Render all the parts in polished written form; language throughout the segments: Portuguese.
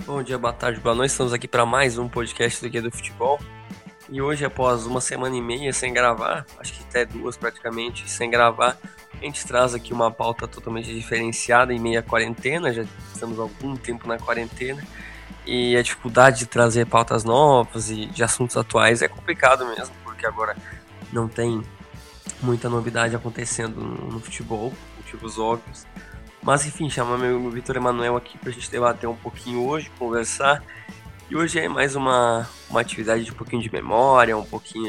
Bom dia, boa tarde, boa noite. Estamos aqui para mais um podcast do Guia do Futebol. E hoje, após uma semana e meia sem gravar, acho que até duas praticamente sem gravar, a gente traz aqui uma pauta totalmente diferenciada em meio à quarentena. Já estamos há algum tempo na quarentena e a dificuldade de trazer pautas novas e de assuntos atuais é complicado mesmo, porque agora não tem muita novidade acontecendo no futebol, motivos óbvios. Mas enfim, chamar meu Vitor Emanuel aqui pra gente debater um pouquinho hoje, conversar. E hoje é mais uma atividade de um pouquinho de memória, um pouquinho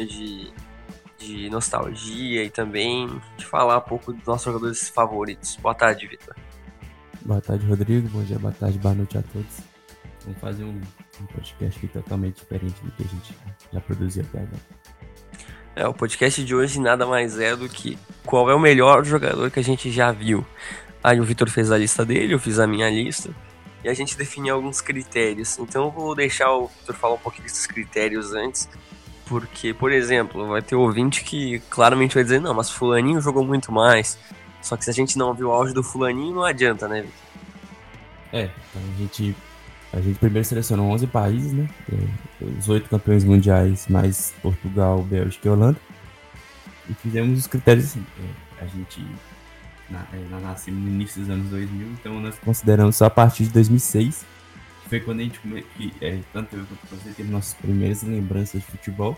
de nostalgia e também de falar um pouco dos nossos jogadores favoritos. Boa tarde, Vitor. Boa tarde, Rodrigo. Bom dia, boa tarde, boa noite a todos. Vamos fazer um podcast aqui totalmente diferente do que a gente já produziu até agora. O podcast de hoje nada mais é do que qual é o melhor jogador que a gente já viu. Aí o Vitor fez a lista dele, eu fiz a minha lista, e a gente definiu alguns critérios. Então eu vou deixar o Vitor falar um pouquinho desses critérios antes, porque, por exemplo, vai ter ouvinte que claramente vai dizer, não, mas fulaninho jogou muito mais. Só que se a gente não viu o auge do fulaninho, não adianta, né, Vitor? Então a gente primeiro selecionou 11 países, né? Os 8 campeões mundiais, mais Portugal, Bélgica e Holanda. E fizemos os critérios assim. A gente nós nascemos no início dos anos 2000, então nós consideramos só a partir de 2006, que foi quando a gente, tanto eu quanto você, teve nossas primeiras lembranças de futebol.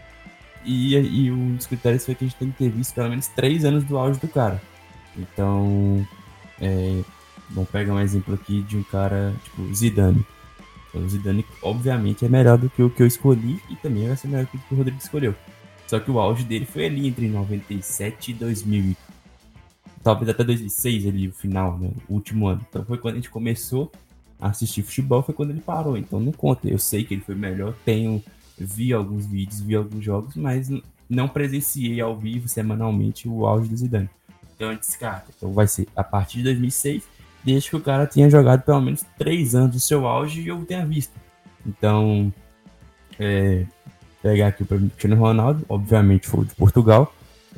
E um dos critérios foi que a gente tem que ter visto pelo menos 3 anos do auge do cara. Então, vamos pegar um exemplo aqui de um cara tipo Zidane. Então, o Zidane, obviamente, é melhor do que o que eu escolhi e também vai ser melhor do que o Rodrigo escolheu. Só que o auge dele foi ali entre 97 e 2000. Talvez até 2006 ali, o final, né? O último ano. Então foi quando a gente começou a assistir futebol, foi quando ele parou. Então não conta. Eu sei que ele foi melhor, vi alguns vídeos, vi alguns jogos, mas não presenciei ao vivo, semanalmente, o auge do Zidane. Então a gente descarta. Então vai ser a partir de 2006, desde que o cara tenha jogado pelo menos 3 anos do seu auge e eu tenha visto. Então, pegar aqui o Cristiano Ronaldo, obviamente foi o de Portugal.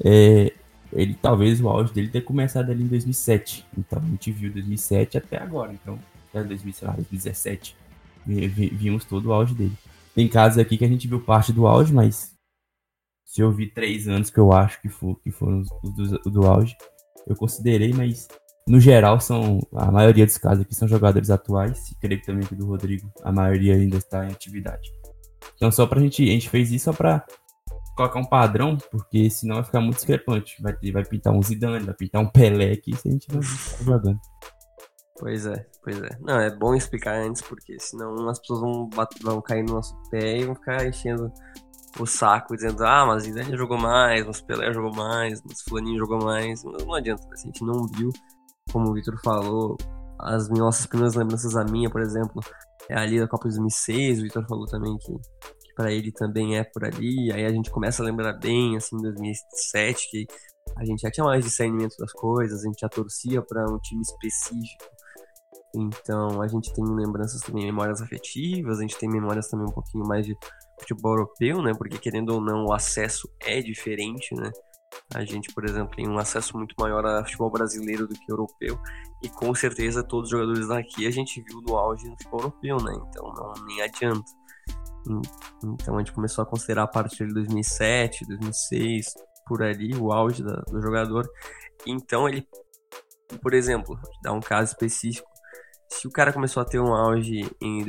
Ele talvez o auge dele tenha começado ali em 2007. Então a gente viu 2007 até agora. Então, até 2017, vimos todo o auge dele. Tem casos aqui que a gente viu parte do auge, mas se eu vi 3 anos que eu acho que foram os do auge, eu considerei, mas no geral a maioria dos casos aqui são jogadores atuais, e creio que também aqui do Rodrigo, a maioria ainda está em atividade. Então a gente fez isso só para colocar um padrão, porque senão vai ficar muito discrepante. Vai pintar um Zidane, vai pintar um Pelé aqui, se a gente não estar jogando. Pois é. Não, é bom explicar antes, porque senão as pessoas vão cair no nosso pé e vão ficar enchendo o saco, dizendo, mas Zidane jogou mais, mas Pelé jogou mais, mas fulaninho jogou mais. Não adianta, né? Se a gente não viu, como o Vitor falou, as nossas primeiras lembranças, a minha, por exemplo, é ali da Copa de 2006, o Vitor falou também que para ele também é por ali, aí a gente começa a lembrar bem, assim, em 2007, que a gente já tinha mais discernimento das coisas, a gente já torcia para um time específico, então a gente tem lembranças também, memórias afetivas, a gente tem memórias também um pouquinho mais de futebol europeu, né, porque querendo ou não, o acesso é diferente, né, a gente, por exemplo, tem um acesso muito maior a futebol brasileiro do que europeu, e com certeza todos os jogadores daqui a gente viu no auge no futebol europeu, né, então nem adianta. Então a gente começou a considerar a partir de 2007, 2006, por ali, o auge do jogador. Então ele, por exemplo, dá um caso específico, se o cara começou a ter um auge em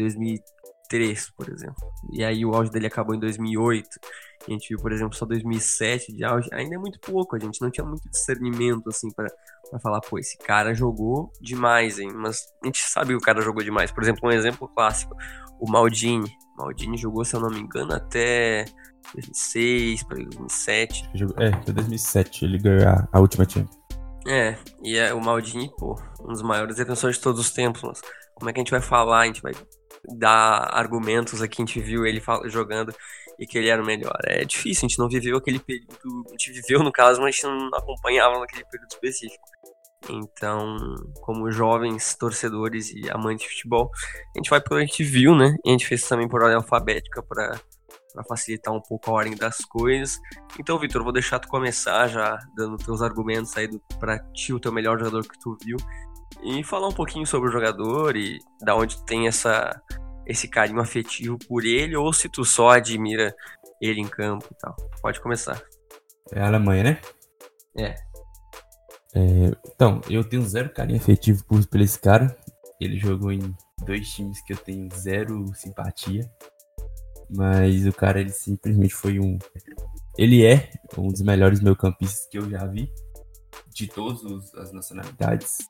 2003, por exemplo, e aí o auge dele acabou em 2008, e a gente viu, por exemplo, só 2007 de auge, ainda é muito pouco, a gente não tinha muito discernimento, assim, pra falar, pô, esse cara jogou demais, hein, mas a gente sabe que o cara jogou demais. Por exemplo, um exemplo clássico, o Maldini jogou, se eu não me engano, até 2006, para 2007. Foi 2007, ele ganhou a última Champions. O Maldini, pô, um dos maiores defensores de todos os tempos, mas como é que a gente vai falar, a gente vai dar argumentos aqui, a gente viu ele jogando e que ele era o melhor. É difícil, a gente não viveu aquele período, a gente viveu no caso, mas a gente não acompanhava naquele período específico. Então, como jovens torcedores e amantes de futebol, a gente vai pelo que a gente viu, né? E a gente fez também por ordem alfabética para facilitar um pouco a ordem das coisas. Então, Vitor, vou deixar tu começar já dando teus argumentos aí para ti, o teu melhor jogador que tu viu, e falar um pouquinho sobre o jogador e da onde tem essa esse carinho afetivo por ele ou se tu só admira ele em campo e tal. Pode começar. É a Alemanha, né? É. Então, eu tenho zero carinho afetivo por esse cara. Ele jogou em 2 times que eu tenho zero simpatia. Mas o cara, ele simplesmente foi Ele é um dos melhores meio-campistas que eu já vi. De todas as nacionalidades.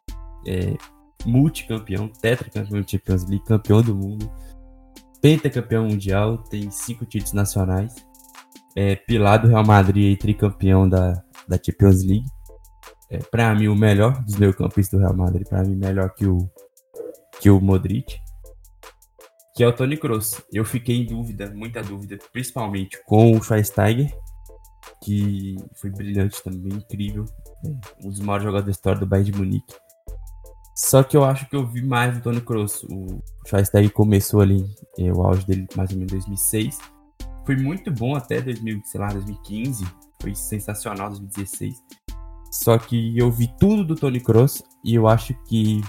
Multicampeão, tetracampeão de Champions League, campeão do mundo. Pentacampeão mundial, tem 5 títulos nacionais. Pilar do Real Madrid e tricampeão da Champions League. Pra mim, o melhor dos meio-campistas do Real Madrid. Pra mim, melhor que o Modric. Que é o Toni Kroos. Eu fiquei em dúvida, muita dúvida, principalmente com o Schweinsteiger, que foi brilhante também, incrível. Um dos maiores jogadores da história do Bayern de Munique. Só que eu acho que eu vi mais do Toni Kroos. O Schweinsteiger começou ali, o auge dele mais ou menos em 2006. Foi muito bom até 2015. Foi sensacional 2016. Só que eu vi tudo do Toni Kroos e eu acho que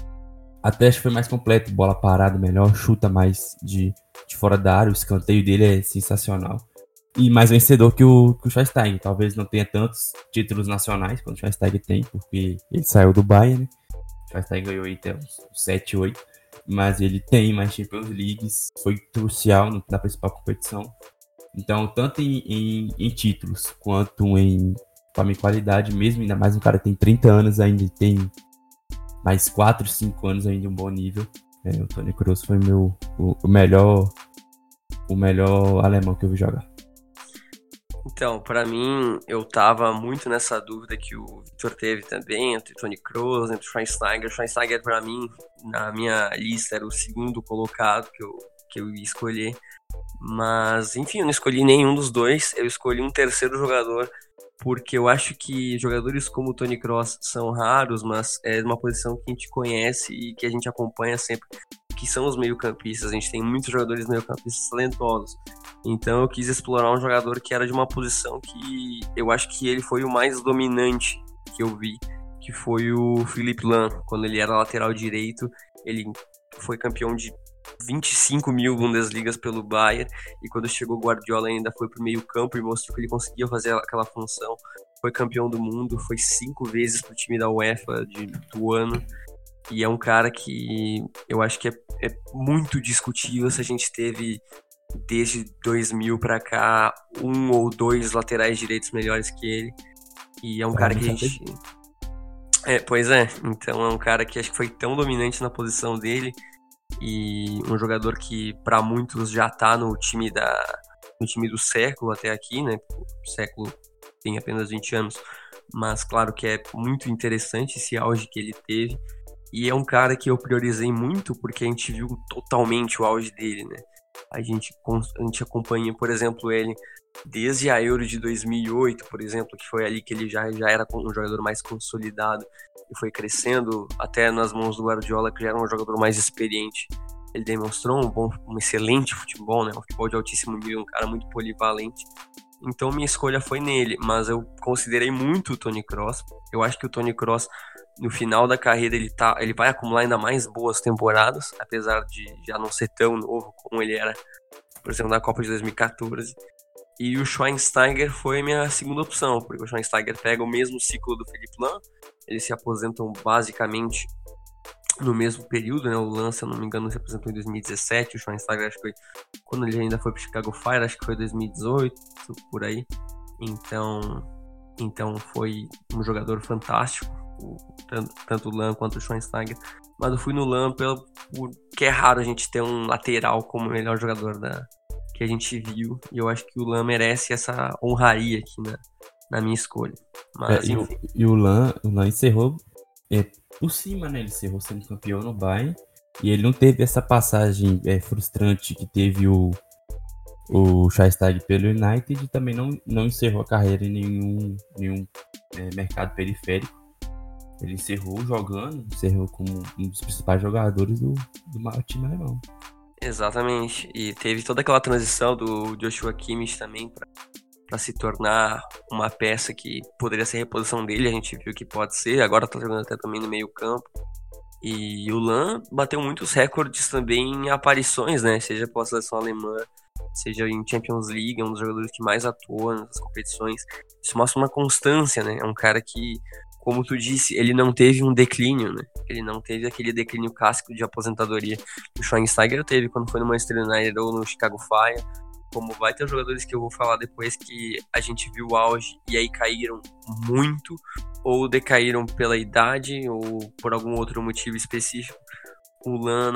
até foi mais completo. Bola parada melhor, chuta mais de fora da área. O escanteio dele é sensacional. E mais vencedor que o Schweinsteiger. Talvez não tenha tantos títulos nacionais quanto o Schweinsteiger tem, porque ele saiu do Bayern, né? O Schweinsteiger ganhou aí até uns 7, 8. Mas ele tem mais Champions Leagues. Foi crucial na principal competição. Então, tanto em títulos quanto em qualidade mesmo, ainda mais um cara que tem 30 anos ainda, tem mais 4, 5 anos ainda um bom nível. O Toni Kroos foi o melhor alemão que eu vi jogar. Então, pra mim, eu tava muito nessa dúvida que o Victor teve também, entre Toni Kroos, entre o Schweinsteiger. O Schweinsteiger, pra mim, na minha lista, era o segundo colocado que eu ia escolher. Mas, enfim, eu não escolhi nenhum dos dois. Eu escolhi um terceiro jogador, porque eu acho que jogadores como o Toni Kroos são raros, mas é uma posição que a gente conhece e que a gente acompanha sempre, que são os meio-campistas. A gente tem muitos jogadores meio-campistas talentosos. Então eu quis explorar um jogador que era de uma posição que eu acho que ele foi o mais dominante que eu vi, que foi o Philipp Lahm. Quando ele era lateral direito, ele foi campeão de 25 mil Bundesligas pelo Bayern, e quando chegou o Guardiola ainda foi pro meio campo e mostrou que ele conseguia fazer aquela função. Foi campeão do mundo, foi 5 vezes pro time da UEFA do ano, e é um cara que eu acho que é muito discutível se a gente teve desde 2000 pra cá 1 ou 2 laterais direitos melhores que ele, e é um cara que a gente... Pois é, então é um cara que acho que foi tão dominante na posição dele, e um jogador que para muitos já tá no time do século até aqui, né? O século tem apenas 20 anos, mas claro que é muito interessante esse auge que ele teve, e é um cara que eu priorizei muito porque a gente viu totalmente o auge dele, né? A gente acompanha, por exemplo, ele desde a Euro de 2008, por exemplo, que foi ali que ele já era um jogador mais consolidado e foi crescendo até nas mãos do Guardiola, que já era um jogador mais experiente. Ele demonstrou um excelente futebol, né? Um futebol de altíssimo nível, um cara muito polivalente. Então minha escolha foi nele, mas eu considerei muito o Toni Kroos. Eu acho que o Toni Kroos, no final da carreira, ele vai acumular ainda mais boas temporadas, apesar de já não ser tão novo como ele era, por exemplo, na Copa de 2014. E o Schweinsteiger foi a minha segunda opção, porque o Schweinsteiger pega o mesmo ciclo do Philipp Lahm, eles se aposentam basicamente no mesmo período, né? O Lahm, se eu não me engano, se aposentou em 2017, o Schweinsteiger acho que foi quando ele ainda foi pro Chicago Fire, acho que foi 2018, por aí. Então foi um jogador fantástico, tanto o Lahm quanto o Schweinsteiger, mas eu fui no Lahm porque é raro a gente ter um lateral como o melhor jogador que a gente viu, e eu acho que o Lahm merece essa honraria aqui na minha escolha. Mas, enfim. E o Lahm encerrou por cima, né? Ele encerrou sendo campeão no Bayern, e ele não teve essa passagem frustrante que teve o Schweinsteiger pelo United, e também não encerrou a carreira em nenhum mercado periférico. Ele encerrou como um dos principais jogadores do maior time alemão. Exatamente, e teve toda aquela transição do Joshua Kimmich também para se tornar uma peça que poderia ser a reposição dele, a gente viu que pode ser, agora tá jogando até também no meio campo, E o Lan bateu muitos recordes também em aparições, né? Seja pela seleção alemã, seja em Champions League, é um dos jogadores que mais atua nessas competições. Isso mostra uma constância, né? É um cara que, como tu disse, ele não teve um declínio, né? Ele não teve aquele declínio clássico de aposentadoria que o Schweinsteiger teve quando foi no Manchester United ou no Chicago Fire. Como vai ter jogadores que eu vou falar depois que a gente viu o auge e aí caíram muito, ou decaíram pela idade, ou por algum outro motivo específico. O Lan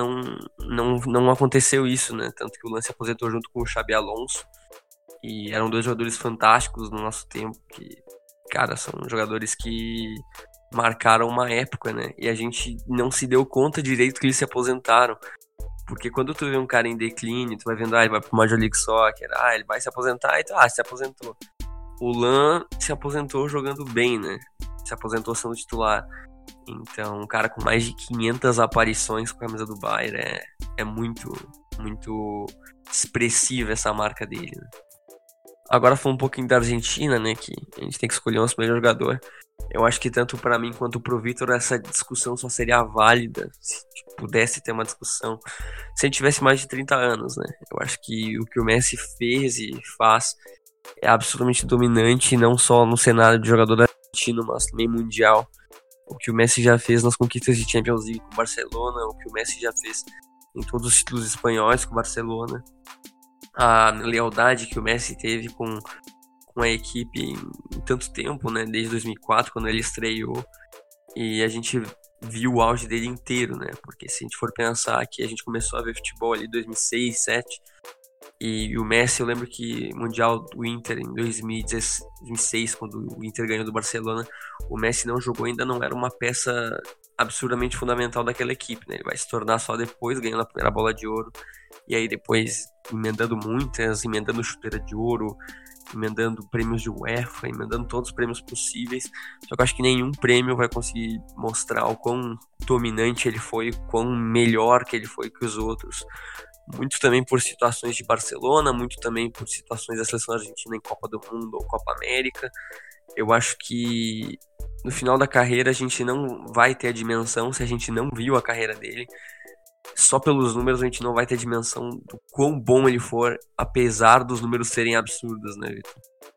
não aconteceu isso, né? Tanto que o Lan se aposentou junto com o Xabi Alonso. E eram dois jogadores fantásticos no nosso tempo, que, cara, são jogadores que marcaram uma época, né? E a gente não se deu conta direito que eles se aposentaram. Porque quando tu vê um cara em declínio, tu vai vendo, ele vai pro Major League Soccer, ele vai se aposentar, e tu, se aposentou. O Lan se aposentou jogando bem, né? Se aposentou sendo titular. Então, um cara com mais de 500 aparições com a camisa do Bayern é muito, muito expressiva essa marca dele, né? Agora falando um pouquinho da Argentina, né, que a gente tem que escolher o nosso melhor jogador. Eu acho que tanto para mim quanto pro Vitor essa discussão só seria válida se pudesse ter uma discussão se a gente tivesse mais de 30 anos, né? Eu acho que o que o Messi fez e faz é absolutamente dominante, não só no cenário de jogador argentino, mas também mundial. O que o Messi já fez nas conquistas de Champions League com o Barcelona, o que o Messi já fez em todos os títulos espanhóis com o Barcelona, a lealdade que o Messi teve com a equipe em tanto tempo, né, desde 2004, quando ele estreou, e a gente viu o auge dele inteiro, né, porque se a gente for pensar que a gente começou a ver futebol ali em 2006, 2007, e o Messi, eu lembro que Mundial do Inter em 2016, quando o Inter ganhou do Barcelona, o Messi não jogou, ainda não era uma peça absurdamente fundamental daquela equipe, né, ele vai se tornar só depois, ganhando a primeira bola de ouro, e aí depois emendando muitas, emendando chuteira de ouro, emendando prêmios de UEFA, emendando todos os prêmios possíveis, só que eu acho que nenhum prêmio vai conseguir mostrar o quão dominante ele foi, o quão melhor que ele foi que os outros, muito também por situações de Barcelona, muito também por situações da seleção argentina em Copa do Mundo ou Copa América. Eu acho que no final da carreira a gente não vai ter a dimensão, se a gente não viu a carreira dele, só pelos números a gente não vai ter dimensão do quão bom ele for, apesar dos números serem absurdos, né, Vitor?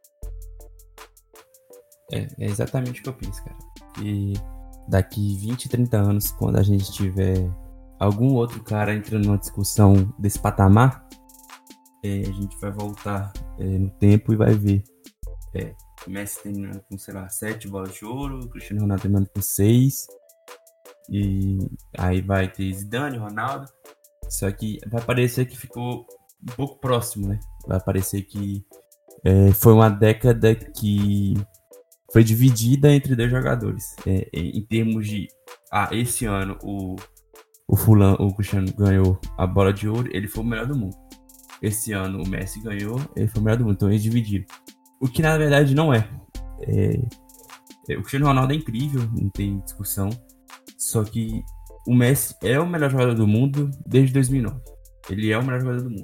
É exatamente o que eu penso, cara. E daqui 20, 30 anos, quando a gente tiver algum outro cara entrando numa discussão desse patamar, a gente vai voltar no tempo e vai ver o Messi terminando com, 7 bolas de ouro, o Cristiano Ronaldo terminando com 6, e aí vai ter Zidane, Ronaldo, só que vai parecer que ficou um pouco próximo, né? Vai parecer que foi uma década que foi dividida entre dois jogadores. Em termos de, esse ano o Cristiano ganhou a bola de ouro, ele foi o melhor do mundo. Esse ano o Messi ganhou, ele foi o melhor do mundo, então eles dividiram. O que na verdade não é. O Cristiano Ronaldo é incrível, não tem discussão. Só que o Messi é o melhor jogador do mundo desde 2009. Ele é o melhor jogador do mundo.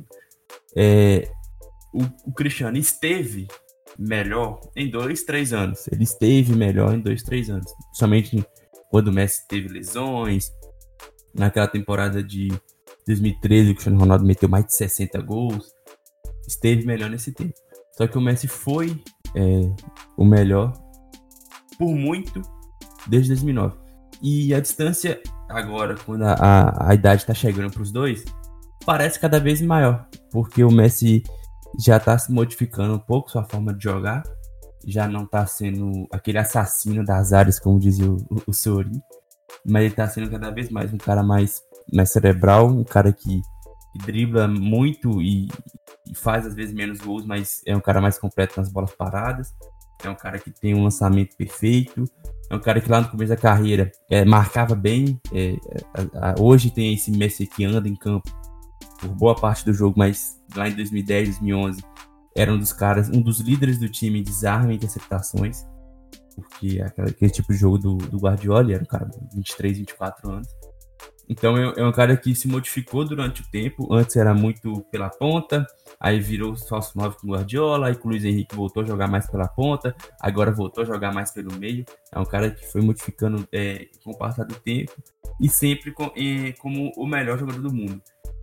O Cristiano esteve melhor em 2, 3 anos. Ele esteve melhor em 2, 3 anos. Somente quando o Messi teve lesões. Naquela temporada de 2013, o Cristiano Ronaldo meteu mais de 60 gols. Esteve melhor nesse tempo. Só que o Messi foi o melhor por muito desde 2009. E a distância agora, quando a idade está chegando para os dois, parece cada vez maior. Porque o Messi já está se modificando um pouco sua forma de jogar. Já não está sendo aquele assassino das áreas, como dizia o Sorin. Mas ele está sendo cada vez mais um cara mais cerebral, um cara que dribla muito e faz às vezes menos gols, mas é um cara mais completo nas bolas paradas. É um cara que tem um lançamento perfeito. É um cara que lá no começo da carreira marcava bem. Hoje tem esse Messi que anda em campo por boa parte do jogo, mas lá em 2010, 2011 era um dos líderes do time em desarme e interceptações, porque aquele tipo de jogo do Guardiola, era um cara de 23, 24 anos. Então é um cara que se modificou durante o tempo. Antes era muito pela ponta, aí virou falso 9 com o Guardiola, aí com o Luiz Henrique voltou a jogar mais pela ponta, agora voltou a jogar mais pelo meio. É um cara que foi modificando com o passar do tempo e sempre como o melhor jogador do mundo.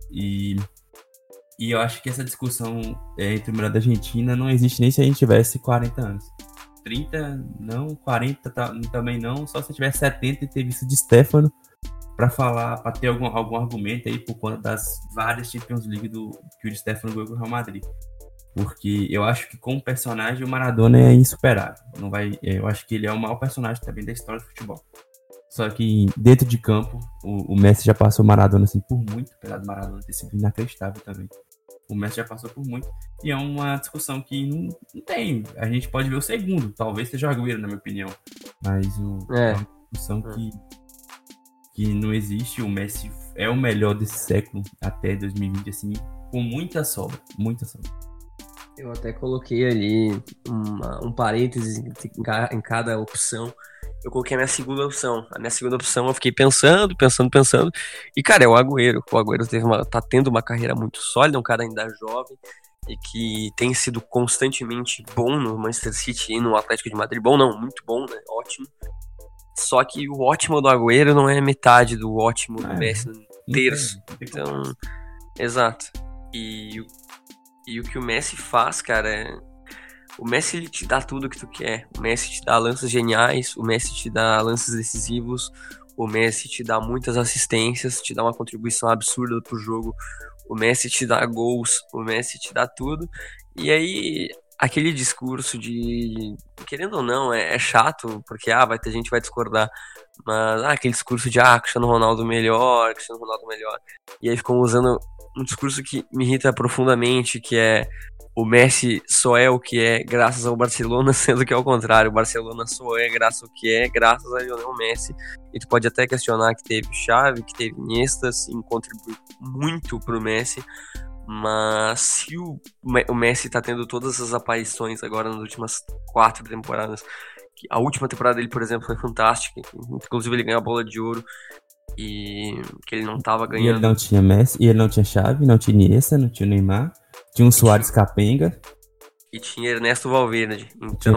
E eu acho que essa discussão entre o melhor da Argentina não existe nem se a gente tivesse 40 anos. 30, não, 40 também não, só se eu tivesse 70 e ter visto de Stefano para falar, para ter algum argumento aí por conta das várias Champions League que o Di Stefano ganhou com o Real Madrid. Porque eu acho que como personagem o Maradona é insuperável. Não vai, eu acho que ele é o maior personagem também da história do futebol. Só que dentro de campo, o Messi já passou o Maradona assim por muito, apesar do Maradona ter sido inacreditável também. O Messi já passou por muito. E é uma discussão que não tem. A gente pode ver o segundo. Talvez seja o Agüero, na minha opinião. Mas é uma discussão que não existe. O Messi é o melhor desse século até 2020, assim, com muita sobra. Muita sobra. Eu até coloquei ali um parênteses em cada opção. Eu coloquei a minha segunda opção. A minha segunda opção eu fiquei pensando. E, cara, é o Agüero. O Agüero tá tendo uma carreira muito sólida, um cara ainda jovem e que tem sido constantemente bom no Manchester City e no Atlético de Madrid. Bom não, muito bom, né? Ótimo. Só que o ótimo do Agüero não é metade do ótimo do Messi, um terço. Então, exato. E o que o Messi faz, cara, o Messi ele te dá tudo que tu quer. O Messi te dá lances geniais, o Messi te dá lances decisivos, o Messi te dá muitas assistências, te dá uma contribuição absurda pro jogo, o Messi te dá gols, o Messi te dá tudo. E aí, aquele discurso de, querendo ou não, é chato, porque vai ter gente que vai discordar, mas aquele discurso de Cristiano Ronaldo melhor. E aí ficam usando um discurso que me irrita profundamente, que é o Messi só é o que é graças ao Barcelona, sendo que é o contrário, o Barcelona só é graças ao que é graças a Lionel Messi. E tu pode até questionar que teve Xavi, que teve Iniesta, sim, contribuiu muito pro Messi, mas se o Messi tá tendo todas as aparições agora nas últimas 4 temporadas, a última temporada dele, por exemplo, foi fantástica, inclusive ele ganhou a bola de ouro, e que ele não tava ganhando. E ele não tinha Messi, e ele não tinha Xavi, não tinha Iniesta, não tinha Neymar, tinha um Suárez capenga. E tinha Ernesto Valverde.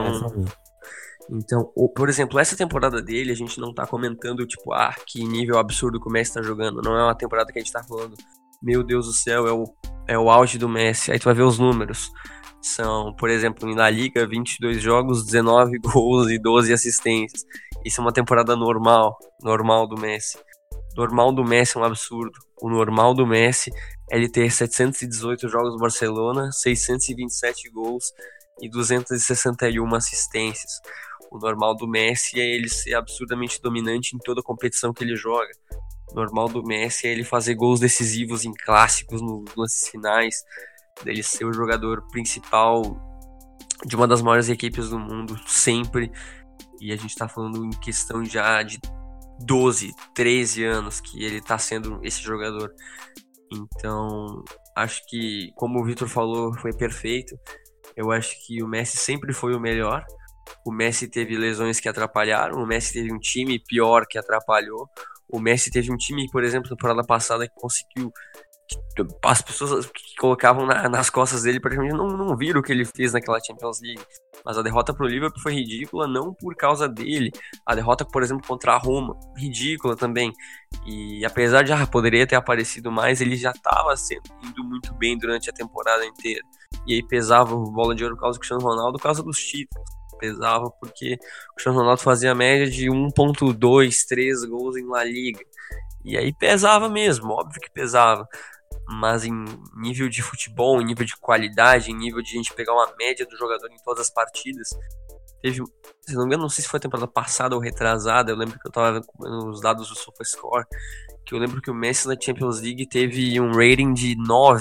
Então, por exemplo, essa temporada dele, a gente não tá comentando, tipo, que nível absurdo que o Messi tá jogando. Não é uma temporada que a gente tá falando, meu Deus do céu, é o auge do Messi. Aí tu vai ver os números. São, por exemplo, na Liga, 22 jogos, 19 gols e 12 assistências. Isso é uma temporada normal do Messi. Normal do Messi é um absurdo. O normal do Messi é ele ter 718 jogos no Barcelona, 627 gols e 261 assistências. O normal do Messi é ele ser absurdamente dominante em toda a competição que ele joga. O normal do Messi é ele fazer gols decisivos em clássicos, nos lances finais, dele ser o jogador principal de uma das maiores equipes do mundo, sempre. E a gente tá falando em questão já de 12, 13 anos que ele tá sendo esse jogador. Então, acho que, como o Vitor falou, foi perfeito. Eu acho que o Messi sempre foi o melhor. O Messi teve lesões que atrapalharam, o Messi teve um time pior que atrapalhou. O Messi teve um time, por exemplo, na temporada passada que conseguiu... As pessoas que colocavam nas costas dele praticamente não viram o que ele fez naquela Champions League. Mas a derrota pro Liverpool foi ridícula, não por causa dele. A derrota, por exemplo, contra a Roma, ridícula também. E apesar de poderia ter aparecido mais, ele já estava indo muito bem durante a temporada inteira. E aí pesava o bola de ouro por causa do Cristiano Ronaldo, por causa dos títulos. Pesava porque o Cristiano Ronaldo fazia a média de 1.2, 3 gols em La Liga. E aí pesava mesmo, óbvio que pesava. Mas em nível de futebol, em nível de qualidade, em nível de a gente pegar uma média do jogador em todas as partidas, teve, se não me engano, não sei se foi a temporada passada ou retrasada, eu lembro que eu tava vendo os dados do SofaScore, que eu lembro que o Messi na Champions League teve um rating de 9.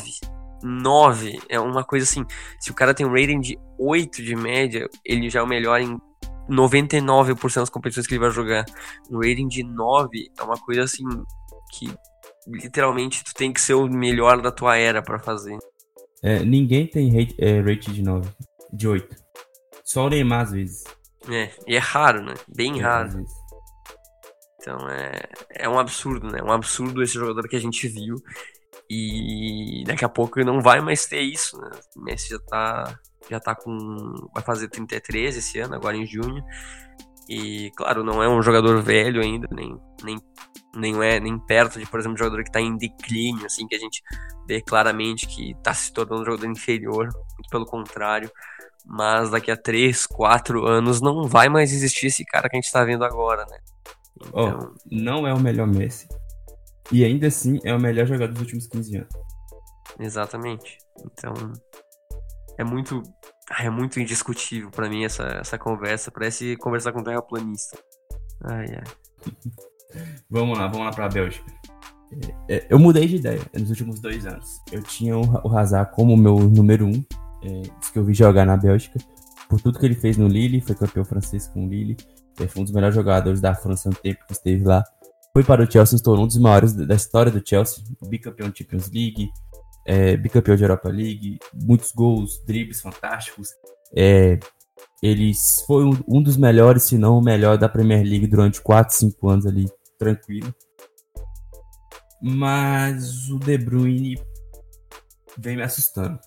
9 é uma coisa assim, se o cara tem um rating de 8 de média, ele já é o melhor em 99% das competições que ele vai jogar. Um rating de 9 é uma coisa assim que literalmente tu tem que ser o melhor da tua era pra fazer. Ninguém tem rate de 9, de 8. Só o Neymar às vezes. E é raro, né? Bem raro. Então é um absurdo, né? É um absurdo esse jogador que a gente viu. E daqui a pouco não vai mais ter isso, né? O Messi já tá com... vai fazer 33 esse ano, agora em junho. E, claro, não é um jogador velho ainda, nem perto de, por exemplo, um jogador que tá em declínio, assim, que a gente vê claramente que tá se tornando um jogador inferior, muito pelo contrário. Mas daqui a 3, 4 anos não vai mais existir esse cara que a gente tá vendo agora, né? Então... não é o melhor Messi. E ainda assim é o melhor jogador dos últimos 15 anos. Exatamente. Então é muito indiscutível pra mim essa conversa. Parece conversar com um terraplanista. Ai. Vamos lá pra Bélgica. Eu mudei de ideia nos últimos 2 anos. Eu tinha o Hazard como meu número 1, dos que eu vi jogar na Bélgica. Por tudo que ele fez no Lille, foi campeão francês com o Lille. Foi um dos melhores jogadores da França no tempo que esteve lá. Foi para o Chelsea, se tornou um dos maiores da história do Chelsea. Bicampeão de Champions League, bicampeão de Europa League, muitos gols, dribles fantásticos. Ele foi um dos melhores, se não o melhor da Premier League durante 4, 5 anos ali, tranquilo. Mas o De Bruyne vem me assustando.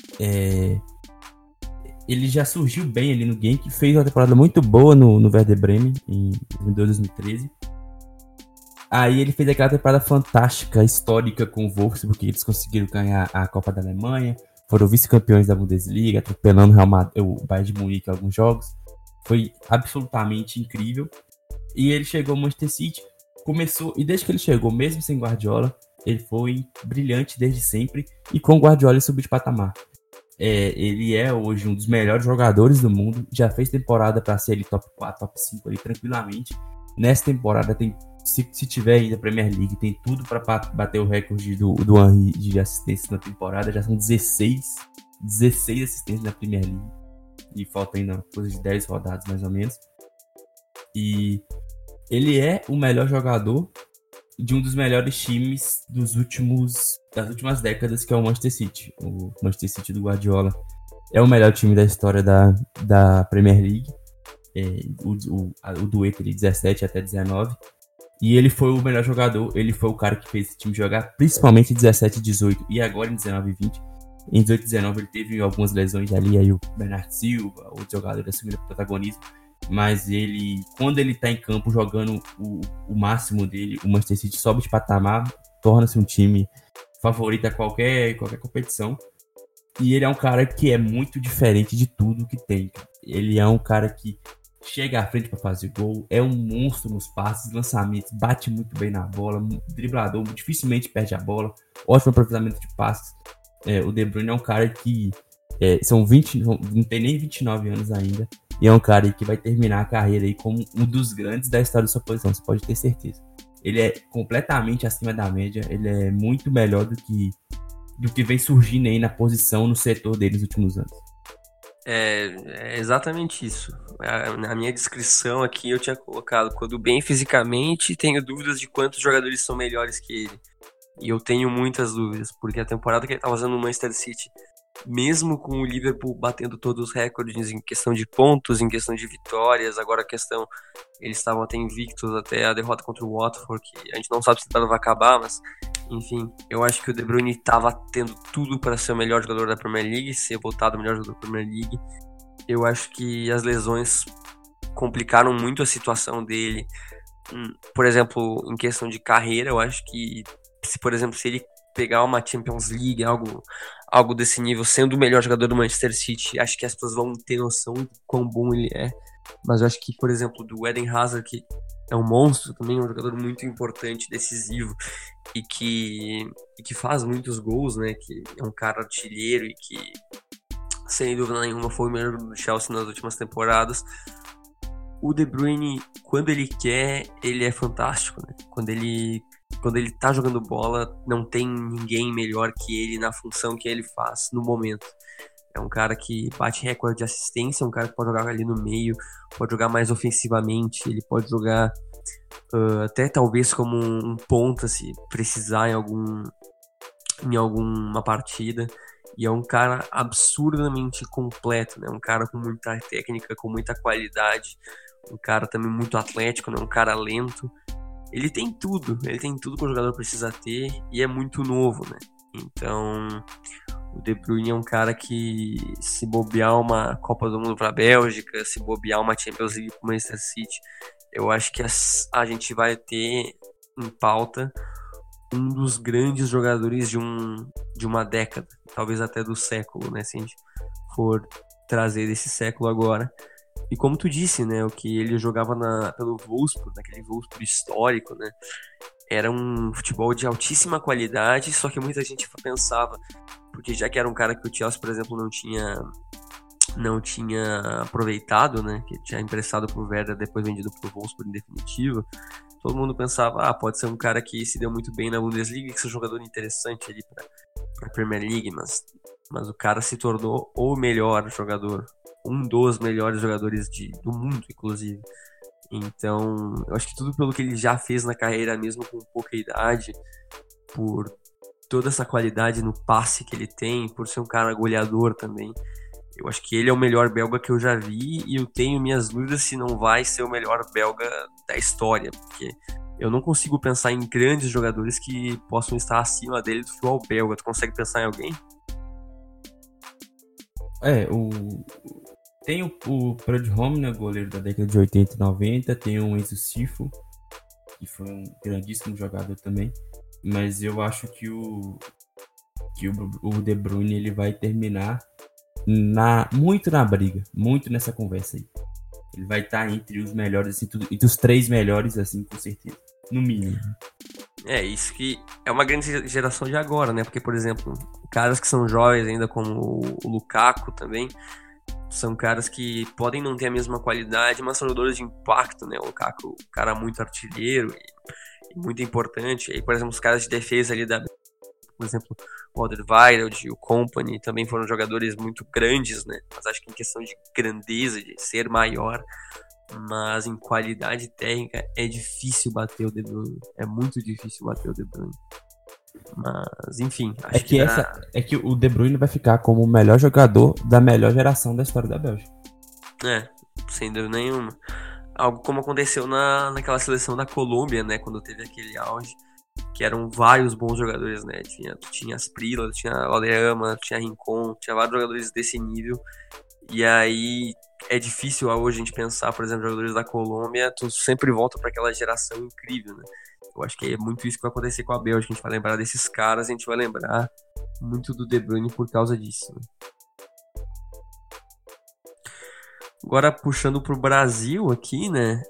Ele já surgiu bem ali no Genk, fez uma temporada muito boa no Werder Bremen em 2012-2013. Aí ele fez aquela temporada fantástica, histórica com o Wolfsburg, porque eles conseguiram ganhar a Copa da Alemanha, foram vice-campeões da Bundesliga, atropelando o Bayern de Munique em alguns jogos. Foi absolutamente incrível. E ele chegou ao Manchester City, começou, e desde que ele chegou, mesmo sem Guardiola, ele foi brilhante desde sempre, e com o Guardiola ele subiu de patamar. Ele é hoje um dos melhores jogadores do mundo, já fez temporada para ser ali top 4, top 5 ali tranquilamente. Nessa temporada tem, se tiver ainda a Premier League, tem tudo para bater o recorde do Henry de assistências na temporada. Já são 16 assistências na Premier League e falta ainda coisa de 10 rodadas mais ou menos. E ele é o melhor jogador de um dos melhores times das últimas décadas, que é o Manchester City. O Manchester City do Guardiola é o melhor time da história da Premier League. O dueto de 17 até 19. E ele foi o melhor jogador. Ele foi o cara que fez esse time jogar, principalmente em 17 e 18 e agora em 19 e 20. Em 18 e 19 ele teve algumas lesões ali, aí o Bernardo Silva, outro jogador assumiu o protagonismo. Mas ele, quando ele tá em campo jogando o máximo dele, o Manchester City sobe de patamar, torna-se um time favorito a qualquer competição. E ele é um cara que é muito diferente de tudo que tem. Ele é um cara que chega à frente para fazer gol, é um monstro nos passes, lançamentos, bate muito bem na bola, driblador, dificilmente perde a bola, ótimo aproveitamento de passes. O De Bruyne é um cara que não tem nem 29 anos ainda, e é um cara que vai terminar a carreira aí como um dos grandes da história da sua posição, você pode ter certeza. Ele é completamente acima da média, ele é muito melhor do que vem surgindo aí na posição, no setor dele nos últimos anos. É exatamente isso. Na minha descrição aqui eu tinha colocado: quando bem fisicamente, tenho dúvidas de quantos jogadores são melhores que ele. E eu tenho muitas dúvidas, porque a temporada que ele tá fazendo no Manchester City, mesmo com o Liverpool batendo todos os recordes em questão de pontos, em questão de vitórias, agora a questão, eles estavam até invictos até a derrota contra o Watford, que a gente não sabe se a temporada vai acabar, mas enfim, eu acho que o De Bruyne estava tendo tudo para ser o melhor jogador da Premier League, ser votado o melhor jogador da Premier League. Eu acho que as lesões complicaram muito a situação dele. Por exemplo, em questão de carreira, eu acho que, se ele pegar uma Champions League, algo desse nível, sendo o melhor jogador do Manchester City, acho que as pessoas vão ter noção de quão bom ele é. Mas eu acho que, por exemplo, do Eden Hazard, que é um monstro também, um jogador muito importante, decisivo, e que faz muitos gols, né, que é um cara artilheiro e que, sem dúvida nenhuma, foi o melhor do Chelsea nas últimas temporadas. O De Bruyne, quando ele quer, ele é fantástico, né? Quando ele tá jogando bola, não tem ninguém melhor que ele na função que ele faz no momento. É um cara que bate recorde de assistência, um cara que pode jogar ali no meio, pode jogar mais ofensivamente, ele pode jogar até talvez como um ponta, se precisar em alguma partida. E é um cara absurdamente completo, né? Um cara com muita técnica, com muita qualidade, um cara também muito atlético, né? Um cara lento. ele tem tudo que o jogador precisa ter e é muito novo, né? Então, o De Bruyne é um cara que, se bobear uma Copa do Mundo para a Bélgica, se bobear uma Champions League para o Manchester City, eu acho que a gente vai ter em pauta um dos grandes jogadores de uma década, talvez até do século, né? Se a gente for trazer desse século agora. E como tu disse, né, o que ele jogava pelo Wolfsburg, naquele Wolfsburg histórico, né, era um futebol de altíssima qualidade, só que muita gente pensava, porque já que era um cara que o Chelsea, por exemplo, não tinha aproveitado, né, que tinha emprestado pro Werder, depois vendido pro Wolfsburg em definitivo, todo mundo pensava, pode ser um cara que se deu muito bem na Bundesliga, que é um jogador interessante ali pra Premier League, mas o cara se tornou o melhor jogador, um dos melhores jogadores do mundo, inclusive. Então, eu acho que tudo pelo que ele já fez na carreira, mesmo com pouca idade, por toda essa qualidade no passe que ele tem, por ser um cara goleador também, eu acho que ele é o melhor belga que eu já vi, e eu tenho minhas dúvidas se não vai ser o melhor belga da história, porque eu não consigo pensar em grandes jogadores que possam estar acima dele do futebol belga. Tu consegue pensar em alguém? Tem o Prudhomme, né, goleiro da década de 80 e 90, tem o Enzo Scifo, que foi um grandíssimo jogador também, mas eu acho que o De Bruyne ele vai terminar muito na briga, muito nessa conversa aí. Ele vai estar entre os melhores, assim, entre os 3 melhores, assim, com certeza, no mínimo. Isso que é uma grande geração de agora, né? Porque, por exemplo, caras que são jovens ainda, como o Lukaku também, são caras que podem não ter a mesma qualidade, mas são jogadores de impacto, né? O Lukaku, um cara muito artilheiro e muito importante. E, por exemplo, os caras de defesa ali por exemplo, o Alderweireld, o Kompany, também foram jogadores muito grandes, né? Mas acho que em questão de grandeza, de ser maior, mas em qualidade técnica é difícil bater o De Bruyne. É muito difícil bater o De Bruyne. Mas, enfim, acho que o De Bruyne vai ficar como o melhor jogador da melhor geração da história da Bélgica. Sem dúvida nenhuma. Algo como aconteceu naquela seleção da Colômbia, né? Quando teve aquele auge, que eram vários bons jogadores, né? Tinha Asprilla, tinha Valderrama, tinha Rincon, tinha vários jogadores desse nível. E aí é difícil hoje a gente pensar, por exemplo, jogadores da Colômbia, tu sempre volta para aquela geração incrível, né? Eu acho que é muito isso que vai acontecer com a Bélgica. A gente vai lembrar desses caras, a gente vai lembrar muito do De Bruyne por causa disso, né? Agora, puxando pro Brasil aqui, né?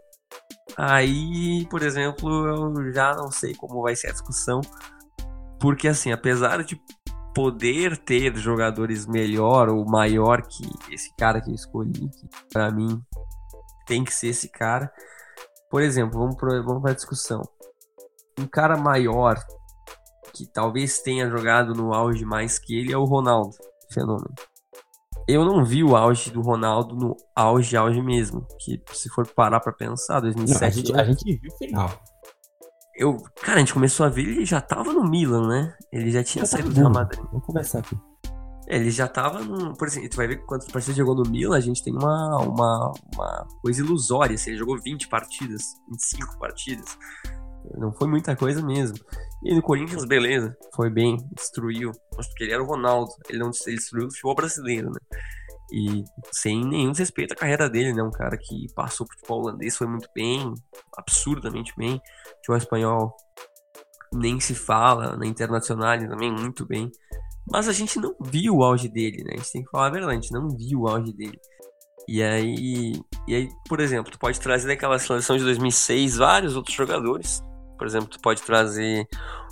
Aí, por exemplo, eu já não sei como vai ser a discussão, porque, assim, apesar de poder ter jogadores melhor ou maior que esse cara que eu escolhi, que pra mim tem que ser esse cara, por exemplo, vamos pra discussão. Um cara maior que talvez tenha jogado no auge mais que ele é o Ronaldo, fenômeno. Eu não vi o auge do Ronaldo no auge mesmo, que se for parar pra pensar, 2007... Não, a gente viu o final. Cara, a gente começou a ver, ele já tava no Milan, né? Ele já tinha saído do Real Madrid. Vamos conversar aqui. Ele já tava no... Por exemplo, tu vai ver que quantas partidas jogou no Milan, a gente tem uma coisa ilusória. Assim, ele jogou 20 partidas, 25 partidas. Não foi muita coisa mesmo. E no Corinthians, beleza, foi bem, destruiu. Mas porque ele era o Ronaldo, ele destruiu o futebol brasileiro, né? E sem nenhum respeito à carreira dele, né? Um cara que passou pro futebol holandês, foi muito bem, absurdamente bem. Futebol espanhol nem se fala, na Internacional também muito bem. Mas a gente não viu o auge dele, né? A gente tem que falar a verdade, a gente não viu o auge dele. E aí, por exemplo, tu pode trazer daquela seleção de 2006 vários outros jogadores. Por exemplo, tu pode trazer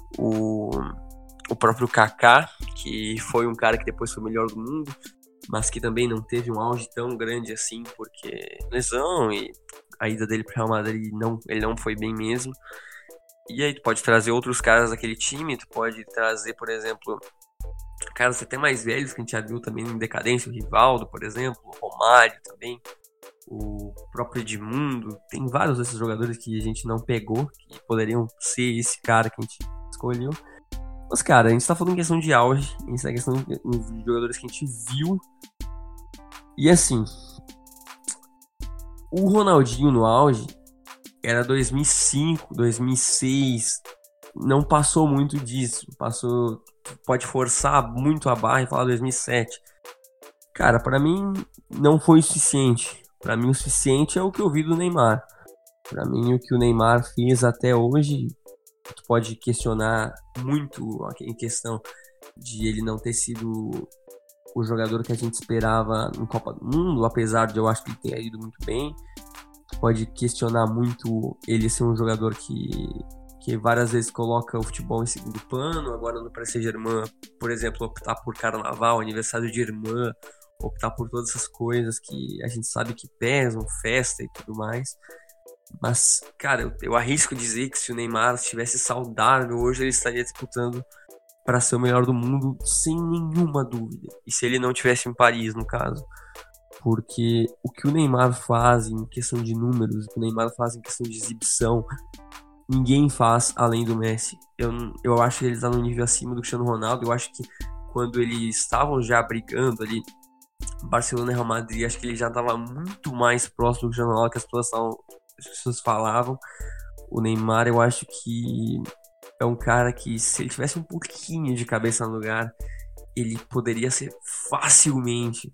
o próprio Kaká, que foi um cara que depois foi o melhor do mundo, mas que também não teve um auge tão grande assim, porque lesão e a ida dele para o Real Madrid, ele não foi bem mesmo. E aí tu pode trazer outros caras daquele time, tu pode trazer, por exemplo, caras até mais velhos que a gente já viu também em decadência, o Rivaldo, por exemplo, o Romário também, o próprio Edmundo. Tem vários desses jogadores que a gente não pegou, que poderiam ser esse cara que a gente escolheu. Mas, cara, a gente tá falando em questão de auge, a gente tá em questão de jogadores que a gente viu. E assim, o Ronaldinho no auge, era 2005, 2006, não passou muito disso. Passou, pode forçar muito a barra e falar 2007. Cara, pra mim não foi o suficiente. Pra mim o suficiente é o que eu vi do Neymar. Pra mim o que o Neymar fez até hoje, tu pode questionar muito em questão de ele não ter sido o jogador que a gente esperava em Copa do Mundo, apesar de eu acho que ele tenha ido muito bem. Pode questionar muito ele ser um jogador que várias vezes coloca o futebol em segundo plano. Agora no Paris Saint-Germain, por exemplo, optar por carnaval, aniversário de irmã, optar por todas essas coisas que a gente sabe que pesam, festa e tudo mais. Mas, cara, eu arrisco dizer que se o Neymar estivesse saudável hoje, ele estaria disputando para ser o melhor do mundo sem nenhuma dúvida. E se ele não tivesse em Paris, no caso. Porque o que o Neymar faz em questão de números, o que o Neymar faz em questão de exibição, ninguém faz além do Messi. Eu acho que ele está no nível acima do Cristiano Ronaldo. Eu acho que quando eles estavam já brigando ali, Barcelona e Real Madrid, acho que ele já estava muito mais próximo do Cristiano Ronaldo que as pessoas falavam. O Neymar, eu acho que é um cara que, se ele tivesse um pouquinho de cabeça no lugar, ele poderia ser facilmente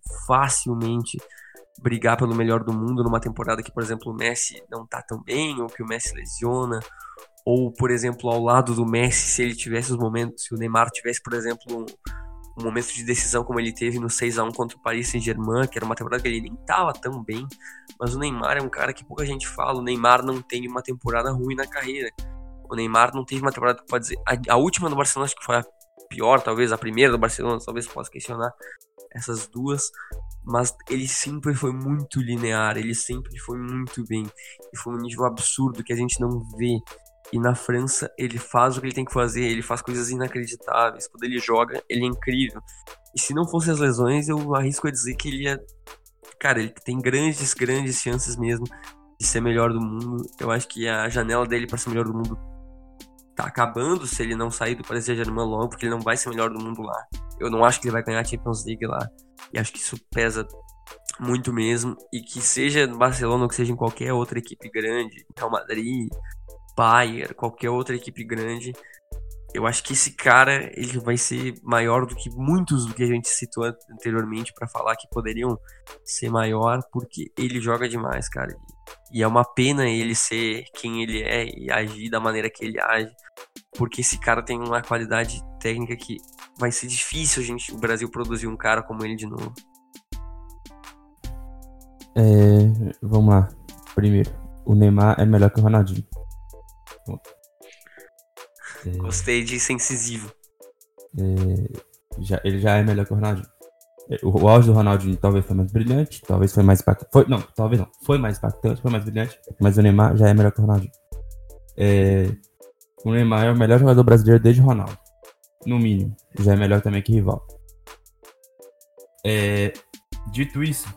brigar pelo melhor do mundo numa temporada que, por exemplo, o Messi não tá tão bem, ou que o Messi lesiona, ou, por exemplo, ao lado do Messi, se ele tivesse os momentos, se o Neymar tivesse, por exemplo, um momento de decisão como ele teve no 6-1 contra o Paris Saint-Germain, que era uma temporada que ele nem tava tão bem, mas o Neymar é um cara que pouca gente fala. O Neymar não tem uma temporada ruim na carreira. O Neymar não teve uma temporada que pode dizer. A última do Barcelona acho que foi a pior, talvez. A primeira do Barcelona, talvez possa questionar essas duas. Mas ele sempre foi muito linear, ele sempre foi muito bem. E foi um nível absurdo que a gente não vê. E na França, ele faz o que ele tem que fazer, ele faz coisas inacreditáveis. Quando ele joga, ele é incrível. E se não fossem as lesões, eu arrisco a dizer que ele ia. Cara, ele tem grandes chances mesmo de ser melhor do mundo. Eu acho que a janela dele para ser melhor do mundo tá acabando se ele não sair do Paris Saint-Germain logo, porque ele não vai ser melhor do mundo lá. Eu não acho que ele vai ganhar a Champions League lá. E acho que isso pesa muito mesmo. E que seja no Barcelona ou que seja em qualquer outra equipe grande, Real Madrid, Bayern, qualquer outra equipe grande, eu acho que esse cara ele vai ser maior do que muitos do que a gente citou anteriormente para falar que poderiam ser maior, porque ele joga demais, cara. E é uma pena ele ser quem ele é e agir da maneira que ele age, porque esse cara tem uma qualidade técnica que vai ser difícil o Brasil produzir um cara como ele de novo. Vamos lá. Primeiro, o Neymar é melhor que o Ronaldinho. Gostei de ser incisivo. Ele já é melhor que o Ronaldinho. O auge do Ronaldinho talvez foi mais brilhante, talvez foi mais impactante. Talvez não. Foi mais impactante, foi mais brilhante. Mas o Neymar já é melhor que o Ronaldinho. O Neymar é o melhor jogador brasileiro desde o Ronaldo. No mínimo. Já é melhor também que o rival. Dito isso,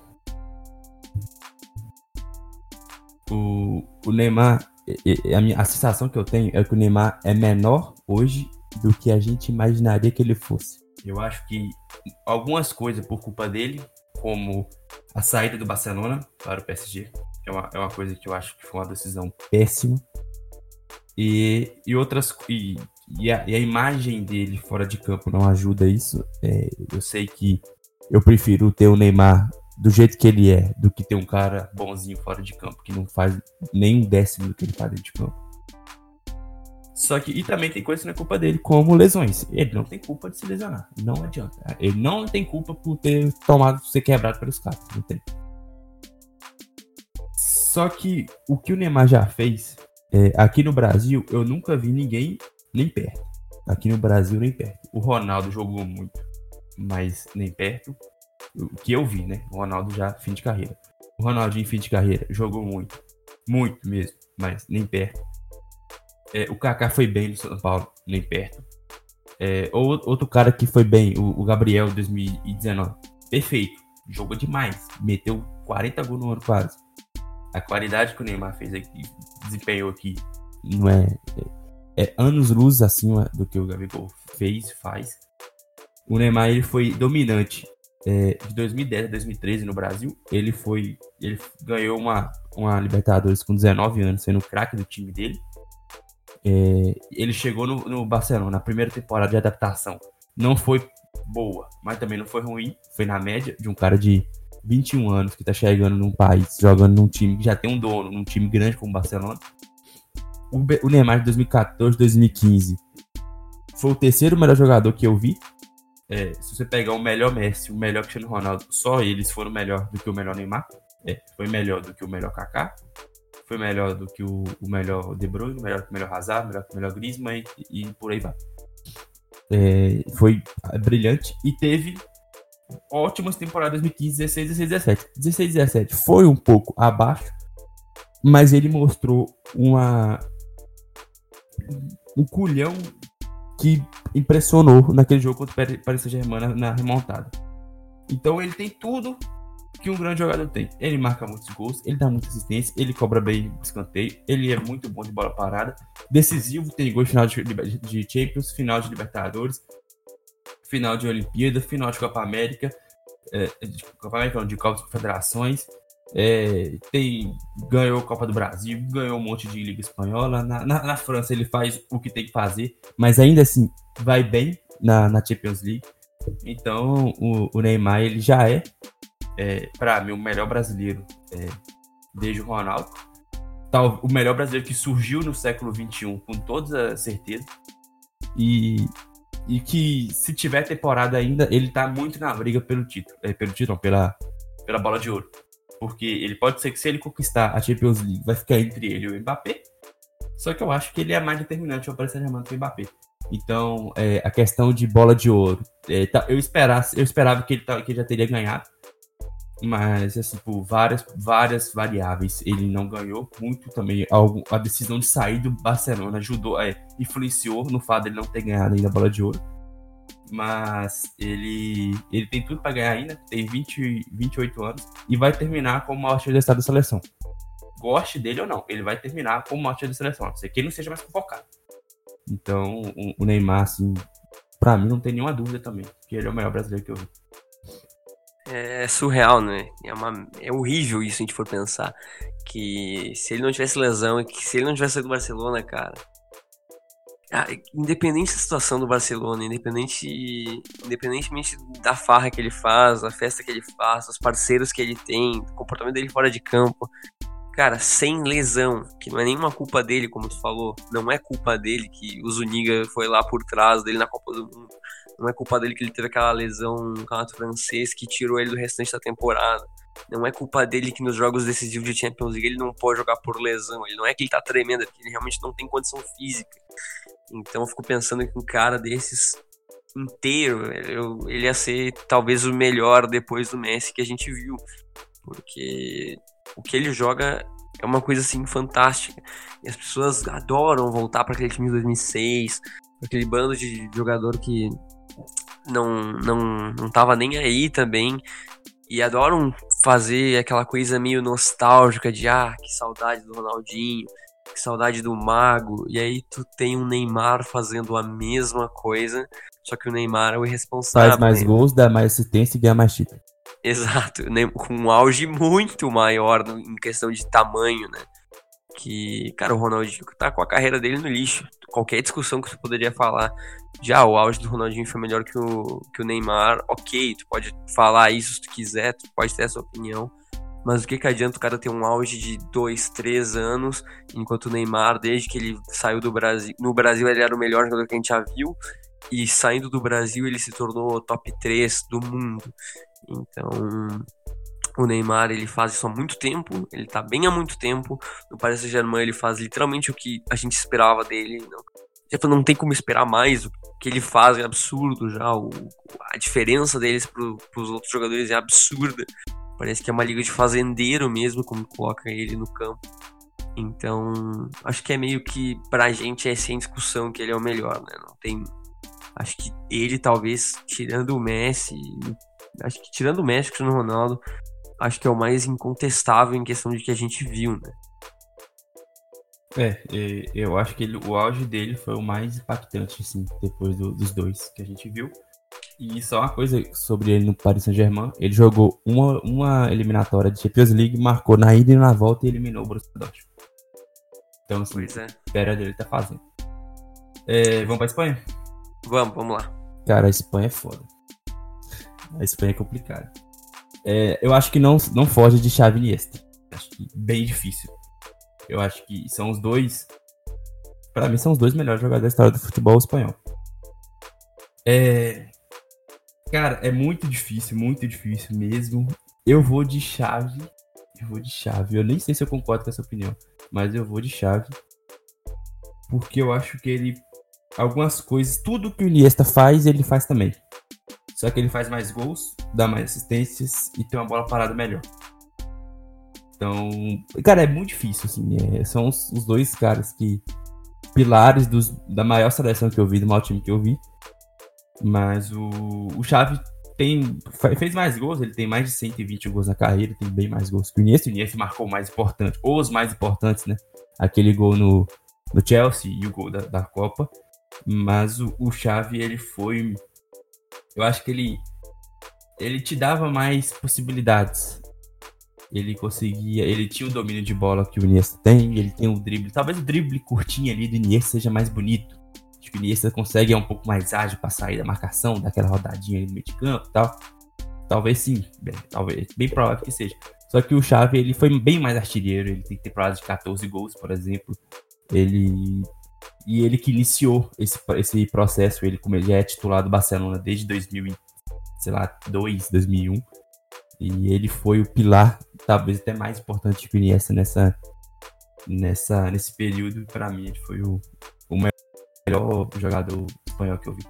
o Neymar, a sensação que eu tenho é que o Neymar é menor hoje do que a gente imaginaria que ele fosse. Eu acho que algumas coisas por culpa dele, como a saída do Barcelona para o PSG, é uma coisa que eu acho que foi uma decisão péssima. E a imagem dele fora de campo não ajuda isso. Eu sei que eu prefiro ter o Neymar do jeito que ele é, do que ter um cara bonzinho fora de campo, que não faz nem um décimo do que ele faz dentro de campo. Só que, e também tem coisa que não é culpa dele, como lesões. Ele não tem culpa de se lesionar, não adianta. Ele não tem culpa por ter ser quebrado pelos caras, não tem. Só que o que o Neymar já fez, aqui no Brasil, eu nunca vi ninguém nem perto. Aqui no Brasil, nem perto. O Ronaldo jogou muito, mas nem perto. O que eu vi, né? O Ronaldo já fim de carreira. O Ronaldinho fim de carreira jogou muito. Muito mesmo, mas nem perto. O Kaká foi bem no São Paulo, nem perto. Outro cara que foi bem, o Gabriel, 2019. Perfeito, jogou demais. Meteu 40 gols no ano quase. A qualidade que o Neymar fez aqui, desempenhou aqui, não é anos-luz acima do que o Gabigol faz. O Neymar, ele foi dominante de 2010 a 2013 no Brasil, ele ganhou uma Libertadores com 19 anos, sendo o craque do time dele. Ele chegou no Barcelona na primeira temporada de adaptação. Não foi boa, mas também não foi ruim. Foi na média de um cara de 21 anos que tá chegando num país, jogando num time que já tem um dono, num time grande como o Barcelona. O Neymar de 2014, 2015 foi o terceiro melhor jogador que eu vi. Se você pegar o melhor Messi, o melhor Cristiano Ronaldo, só eles foram melhor do que o melhor Neymar. Foi melhor do que o melhor Kaká. Foi melhor do que o melhor De Bruyne, melhor que o melhor Hazard, melhor que o melhor Griezmann e por aí vai. Foi brilhante e teve ótimas temporadas 2015, 16, 16, 17. 16, 17 foi um pouco abaixo, mas ele mostrou um culhão que impressionou naquele jogo contra o Paris Saint-Germain na remontada. Então ele tem tudo que um grande jogador tem. Ele marca muitos gols, ele dá muita assistência, ele cobra bem escanteio, ele é muito bom de bola parada, decisivo, tem gol em final de Champions, final de Libertadores, final de Olimpíada, final de Copa América, de Copa de Confederações, ganhou a Copa do Brasil, ganhou um monte de Liga Espanhola. Na França ele faz o que tem que fazer, mas ainda assim vai bem na Champions League. Então o Neymar ele já para mim o melhor brasileiro desde o Ronaldo, o melhor brasileiro que surgiu no século XXI com toda certeza, e que se tiver temporada ainda ele tá muito na briga pelo título, pela bola de ouro, porque ele pode ser que se ele conquistar a Champions League vai ficar entre ele e o Mbappé, só que eu acho que ele é mais determinante ao Paris Saint-Germain que o Mbappé. Então a questão de bola de ouro, eu esperava que ele já teria ganhado, mas assim, por várias variáveis ele não ganhou. Muito também a decisão de sair do Barcelona influenciou no fato de ele não ter ganhado ainda a bola de ouro, mas ele tem tudo para ganhar ainda, tem 28 anos e vai terminar como o maior artilheiro da seleção. Goste dele ou não, ele vai terminar como o maior artilheiro da seleção, a não ser que ele não seja mais convocado. Então o Neymar, assim, para mim não tem nenhuma dúvida também que ele é o melhor brasileiro que eu vi. É surreal, né? É horrível isso, se a gente for pensar. Que se ele não tivesse lesão e que se ele não tivesse saído do Barcelona, cara. Independente da situação do Barcelona, independentemente da farra que ele faz, da festa que ele faz, dos parceiros que ele tem, do comportamento dele fora de campo. Cara, sem lesão, que não é nenhuma culpa dele, como tu falou. Não é culpa dele que o Zuniga foi lá por trás dele na Copa do Mundo. Não é culpa dele que ele teve aquela lesão no campeonato francês que tirou ele do restante da temporada. Não é culpa dele que nos jogos decisivos de Champions League ele não pode jogar por lesão. Ele não é que ele tá tremendo, é porque ele realmente não tem condição física. Então eu fico pensando que um cara desses inteiro, ele ia ser talvez o melhor depois do Messi que a gente viu. Porque o que ele joga é uma coisa assim fantástica. E as pessoas adoram voltar para aquele time de 2006, aquele bando de jogador que não tava nem aí também, e adoram fazer aquela coisa meio nostálgica de que saudade do Ronaldinho, que saudade do Mago, e aí tu tem um Neymar fazendo a mesma coisa, só que o Neymar é o irresponsável. Faz mais gols, dá mais assistência e ganha mais título. Exato, com um auge muito maior em questão de tamanho, né? Que, cara, o Ronaldinho tá com a carreira dele no lixo. Qualquer discussão que tu poderia falar, o auge do Ronaldinho foi melhor que o Neymar, ok, tu pode falar isso se tu quiser, tu pode ter essa opinião, mas o que adianta o cara ter um auge de 2, 3 anos, enquanto o Neymar, desde que ele saiu do Brasil, no Brasil ele era o melhor jogador que a gente já viu, e saindo do Brasil ele se tornou top 3 do mundo. Então o Neymar, ele faz isso há muito tempo, ele tá bem há muito tempo. No Paris Saint-Germain ele faz literalmente o que a gente esperava dele. Não tem como esperar mais, o que ele faz é absurdo já, a diferença deles pros outros jogadores é absurda. Parece que é uma liga de fazendeiro mesmo, como coloca ele no campo. Então, acho que é meio que pra gente é sem discussão que ele é o melhor, né? Não tem... Acho que ele talvez, tirando o Messi, o Cristiano Ronaldo, acho que é o mais incontestável em questão de que a gente viu, né? Eu acho que o auge dele foi o mais impactante, assim, depois dos dois que a gente viu. E só uma coisa sobre ele no Paris Saint-Germain, ele jogou uma eliminatória de Champions League, marcou na ida e na volta e eliminou o Borussia Dortmund. Então, assim, Pois é. espera dele tá fazendo. Vamos pra Espanha? Vamos lá. Cara, a Espanha é foda. A Espanha é complicada. Eu acho que não foge de Xavi e Iniesta. Acho que bem difícil. Eu acho que são os dois... Pra mim, são os dois melhores jogadores da história do futebol espanhol. Cara, é muito difícil mesmo. Eu vou de Xavi. Eu nem sei se eu concordo com essa opinião, mas eu vou de Xavi. Porque eu acho que ele... Algumas coisas, tudo que o Iniesta faz, ele faz também. Só que ele faz mais gols, dá mais assistências e tem uma bola parada melhor. Então, cara, é muito difícil, assim. São os dois caras que... Pilares da maior seleção que eu vi, do maior time que eu vi. Mas o Xavi fez mais gols, ele tem mais de 120 gols na carreira, tem bem mais gols que o Iniesta. O Iniesta marcou o mais importante, os mais importantes, né? Aquele gol no Chelsea e o gol da Copa. Mas o Xavi, ele foi... Eu acho que ele te dava mais possibilidades. Ele tinha o domínio de bola que o Iniesta tem, ele tem o drible. Talvez o drible curtinho ali do Iniesta seja mais bonito. Acho que o Iniesta consegue um pouco mais ágil para sair da marcação, daquela rodadinha ali no meio de campo e tal. Talvez sim, bem provável que seja. Só que o Xavi, ele foi bem mais artilheiro, ele tem que ter provável de 14 gols, por exemplo. Ele que iniciou esse processo, ele já é titular do Barcelona desde 2002, 2001. E ele foi o pilar, talvez até mais importante que o Iniesta nesse período. Para mim, ele foi o melhor jogador espanhol que eu vi.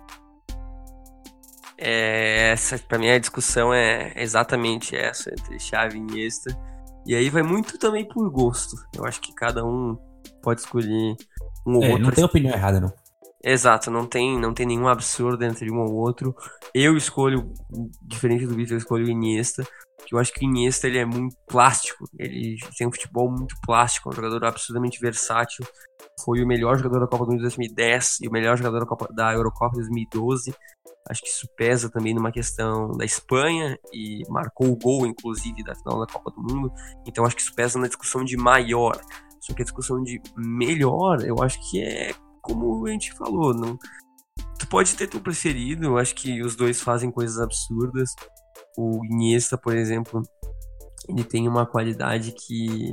Essa, pra mim, a discussão é exatamente essa, entre Xavi e Iniesta. E aí vai muito também por gosto. Eu acho que cada um pode escolher um ou outro. Não tem opinião errada, não. Exato, não tem nenhum absurdo entre um ou outro. Eu escolho, diferente do Vitor, eu escolho o Iniesta, que eu acho que o Iniesta ele é muito plástico, ele tem um futebol muito plástico, é um jogador absurdamente versátil. Foi o melhor jogador da Copa do Mundo de 2010 e o melhor jogador da Eurocopa de 2012. Acho que isso pesa também numa questão da Espanha e marcou o gol, inclusive, da final da Copa do Mundo. Então acho que isso pesa na discussão de maior. Só que a discussão de melhor, eu acho que é como a gente falou, não... Tu pode ter teu preferido, eu acho que os dois fazem coisas absurdas. O Iniesta, por exemplo, ele tem uma qualidade que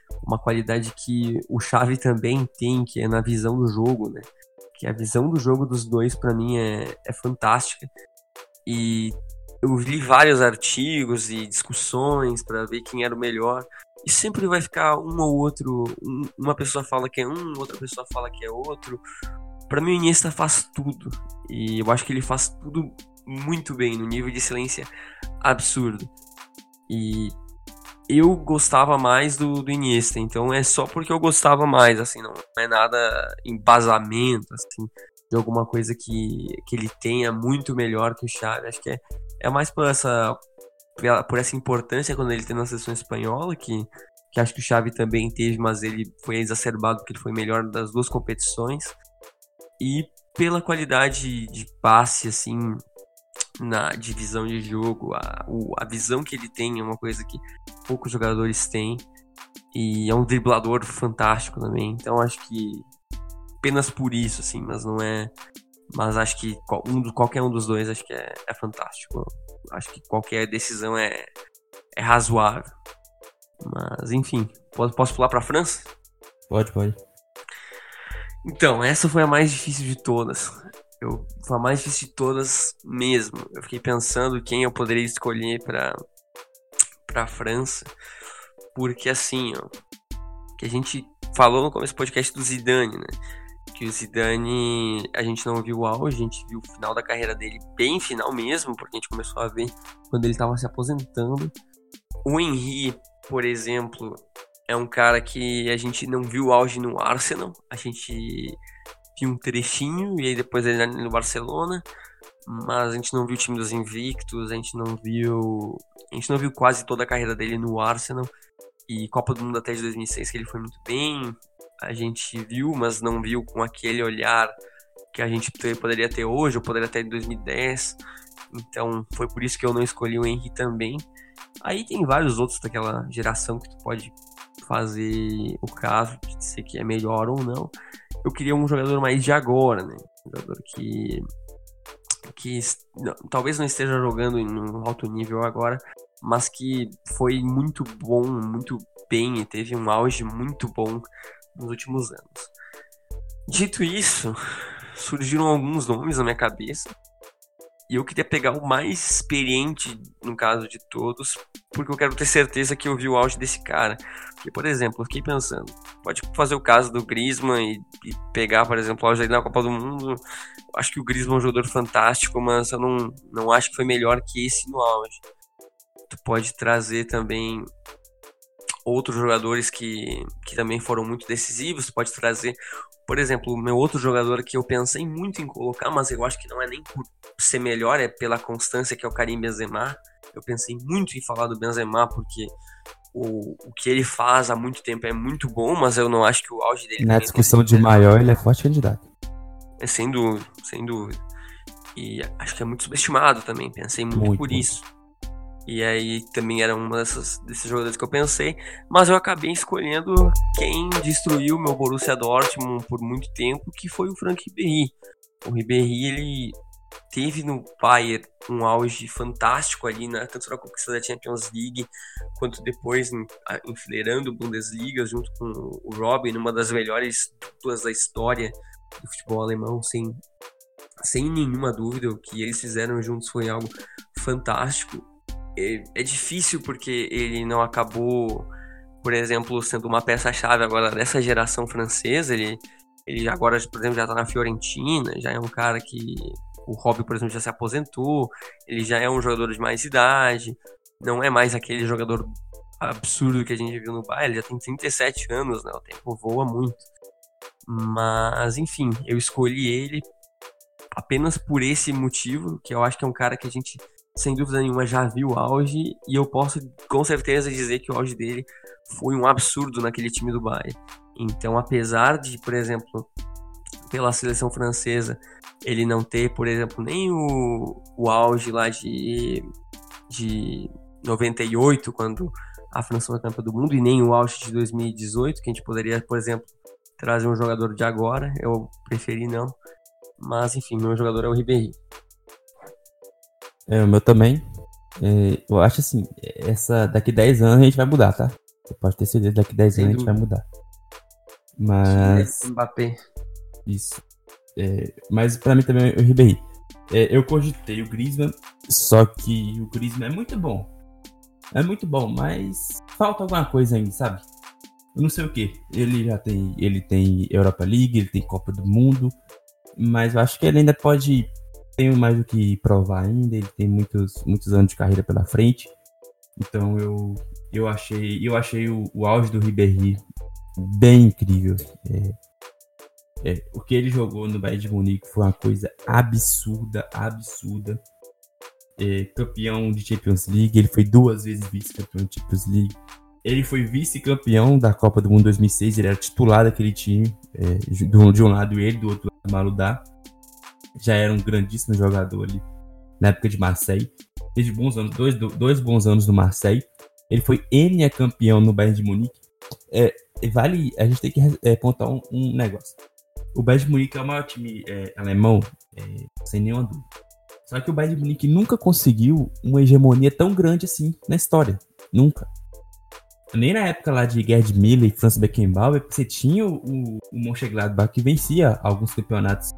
o Xavi também tem, que é na visão do jogo, né? Que a visão do jogo dos dois, pra mim, é fantástica. E eu li vários artigos e discussões pra ver quem era o melhor. E sempre vai ficar um ou outro. Uma pessoa fala que é um, outra pessoa fala que é outro. Pra mim, o Iniesta faz tudo. E eu acho que ele faz tudo muito bem, no nível de excelência absurdo. E eu gostava mais do Iniesta, então é só porque eu gostava mais, assim, não é nada embasamento, assim, de alguma coisa que ele tenha muito melhor que o Xavi. Acho que é mais por essa importância quando ele tem na seleção espanhola, que acho que o Xavi também teve, mas ele foi exacerbado porque ele foi melhor das duas competições, e pela qualidade de passe, assim, na divisão de jogo, a visão que ele tem é uma coisa que poucos jogadores têm, e é um driblador fantástico também. Então acho que apenas por isso, assim, mas acho que qualquer um dos dois acho que é fantástico. Acho que qualquer decisão é razoável. Mas enfim, posso pular pra França? Pode. Então, essa foi a mais difícil de todas. Foi a mais difícil de todas mesmo. Eu fiquei pensando quem eu poderia escolher pra França. Porque assim, ó, que a gente falou no começo do podcast do Zidane, né? Que o Zidane, a gente não viu o auge, a gente viu o final da carreira dele, bem final mesmo, porque a gente começou a ver quando ele estava se aposentando. O Henry, por exemplo, é um cara que a gente não viu o auge no Arsenal, a gente viu um trechinho e aí depois ele no Barcelona, mas a gente não viu o time dos invictos, a gente não viu quase toda a carreira dele no Arsenal, e Copa do Mundo até de 2006 que ele foi muito bem, a gente viu, mas não viu com aquele olhar que a gente poderia ter hoje, ou poderia ter em 2010. Então foi por isso que eu não escolhi o Henry também. Aí tem vários outros daquela geração que tu pode fazer o caso de dizer que é melhor ou não. Eu queria um jogador mais de agora, né? Um jogador que talvez não esteja jogando em um alto nível agora, mas que foi muito bom, muito bem e teve um auge muito bom nos últimos anos. Dito isso, surgiram alguns nomes na minha cabeça e eu queria pegar o mais experiente, no caso de todos, porque eu quero ter certeza que eu vi o auge desse cara. Porque, por exemplo, eu fiquei pensando, pode fazer o caso do Griezmann e pegar, por exemplo, o auge dele na Copa do Mundo. Eu acho que o Griezmann é um jogador fantástico, mas eu não acho que foi melhor que esse no auge. Tu pode trazer também outros jogadores que também foram muito decisivos. Tu pode trazer, por exemplo, o meu outro jogador que eu pensei muito em colocar, mas eu acho que não é nem por ser melhor, é pela constância, que é o Karim Benzema. Eu pensei muito em falar do Benzema, porque o que ele faz há muito tempo é muito bom, mas eu não acho que o auge dele... Na discussão de maior, ele é forte candidato. É, sem dúvida, sem dúvida. E acho que é muito subestimado também, pensei muito por isso. E aí também era um desses jogadores que eu pensei, mas eu acabei escolhendo quem destruiu meu Borussia Dortmund por muito tempo, que foi o Franck Ribéry. O Ribéry, ele teve no Bayern um auge fantástico ali, tanto na conquista da Champions League, quanto depois enfileirando Bundesliga junto com o Robben, numa das melhores duplas da história do futebol alemão, sem nenhuma dúvida. O que eles fizeram juntos foi algo fantástico. É difícil porque ele não acabou, por exemplo, sendo uma peça-chave agora dessa geração francesa. Ele agora, por exemplo, já está na Fiorentina, já é um cara que... O Robben, por exemplo, já se aposentou, ele já é um jogador de mais idade, não é mais aquele jogador absurdo que a gente viu no Bayern, ele já tem 37 anos, né? O tempo voa muito. Mas, enfim, eu escolhi ele apenas por esse motivo, que eu acho que é um cara que a gente, sem dúvida nenhuma, já viu o auge, e eu posso com certeza dizer que o auge dele foi um absurdo naquele time do Bayern. Então, apesar de, por exemplo, pela seleção francesa, ele não ter, por exemplo, nem o auge lá de 98, quando a França foi campeã do mundo, e nem o auge de 2018, que a gente poderia, por exemplo, trazer um jogador de agora. Eu preferi não. Mas, enfim, meu jogador é o Ribéry. O meu também. Eu acho assim, daqui 10 anos a gente vai mudar, tá? Você pode ter certeza, daqui 10 anos a gente vai mudar. Mas... Mbappé. Isso. Mas pra mim também é o Ribéry. Eu cogitei o Griezmann, só que o Griezmann é muito bom. É muito bom, mas falta alguma coisa ainda, sabe? Eu não sei o que. Ele tem Europa League, ele tem Copa do Mundo, mas eu acho que ele ainda tem mais o que provar ainda. Ele tem muitos anos de carreira pela frente. Então eu achei o auge do Ribéry bem incrível. O que ele jogou no Bayern de Munique foi uma coisa absurda. Campeão de Champions League, ele foi 2 vezes vice-campeão de Champions League. Ele foi vice-campeão da Copa do Mundo 2006, ele era titular daquele time, de um lado ele, do outro lado Maludá. Já era um grandíssimo jogador ali na época de Marseille. Teve bons anos, dois bons anos no Marseille. Ele foi campeão no Bayern de Munique. A gente tem que apontar um negócio. O Bayern de Munique é o maior time alemão, sem nenhuma dúvida. Só que o Bayern de Munique nunca conseguiu uma hegemonia tão grande assim na história. Nunca. Nem na época lá de Gerd Müller e Franz Beckenbauer, você tinha o Mönchengladbach que vencia alguns campeonatos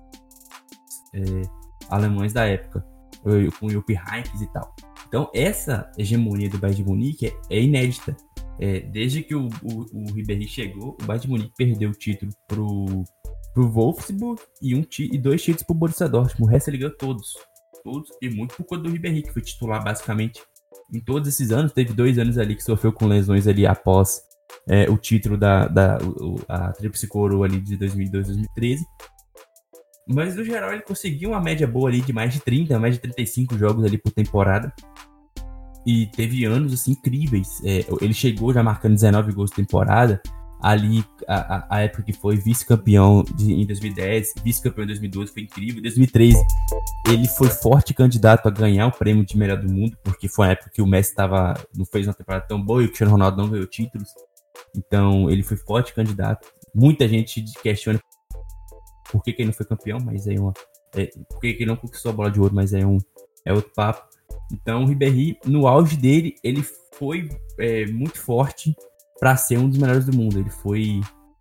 alemães da época, com o Jupp Heynckes e tal. Então essa hegemonia do Bayern de Munique é inédita. Desde que o Ribéry chegou, o Bayern de Munique perdeu o título pro Wolfsburg e 2 títulos pro Borussia Dortmund. O resto ele ganhou todos, e muito por conta do Ribéry, que foi titular basicamente em todos esses anos. Teve 2 anos ali que sofreu com lesões ali após o título a tríplice coroa ali de 2002, 2013. Mas no geral ele conseguiu uma média boa ali de mais de 35 jogos ali por temporada. E teve anos assim incríveis. Ele chegou já marcando 19 gols por temporada ali a época que foi vice-campeão em 2010, vice-campeão em 2012, foi incrível. Em 2013, ele foi forte candidato a ganhar o prêmio de melhor do mundo, porque foi uma época que o Messi não fez uma temporada tão boa e o Cristiano Ronaldo não ganhou títulos. Então, ele foi forte candidato. Muita gente questiona por que ele não foi campeão, mas por que ele não conquistou a bola de ouro, mas é outro papo. Então, o Ribéry, no auge dele, ele foi muito forte para ser um dos melhores do mundo. Ele foi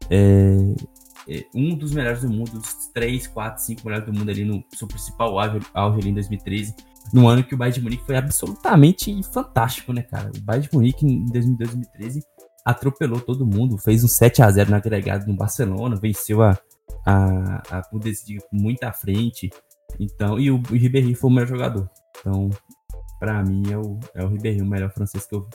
um dos melhores do mundo, os 3, 4, 5 melhores do mundo ali no seu principal auge ali em 2013, no ano que o Bayern de Munique foi absolutamente fantástico, né, cara? O Bayern de Munique em 2012, 2013 atropelou todo mundo, fez um 7-0 no agregado no Barcelona, venceu a Bundesliga com muita frente. Então, e o Ribéry foi o melhor jogador. Então, pra mim, é o Ribéry, o melhor francês que eu vi.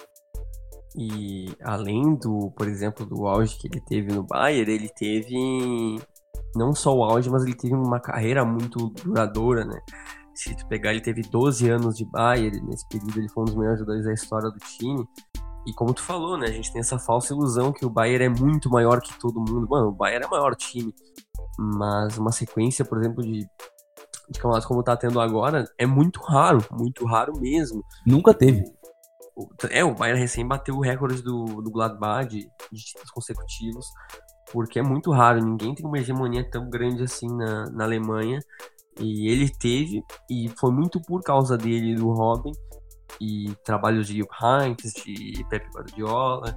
E além por exemplo, do auge que ele teve no Bayern, ele teve não só o auge, mas ele teve uma carreira muito duradoura, né? Se tu pegar, ele teve 12 anos de Bayern, nesse período ele foi um dos melhores jogadores da história do time. E como tu falou, né, a gente tem essa falsa ilusão que o Bayern é muito maior que todo mundo. Mano, o Bayern é o maior time, mas uma sequência, por exemplo, de campeonatos como tá tendo agora, é muito raro mesmo. Nunca teve. O Bayern recém bateu o recorde do Gladbach de títulos consecutivos, porque é muito raro, ninguém tem uma hegemonia tão grande assim na Alemanha, e ele teve, e foi muito por causa dele e do Robben, e trabalhos de Jupp Heynckes, de Pep Guardiola,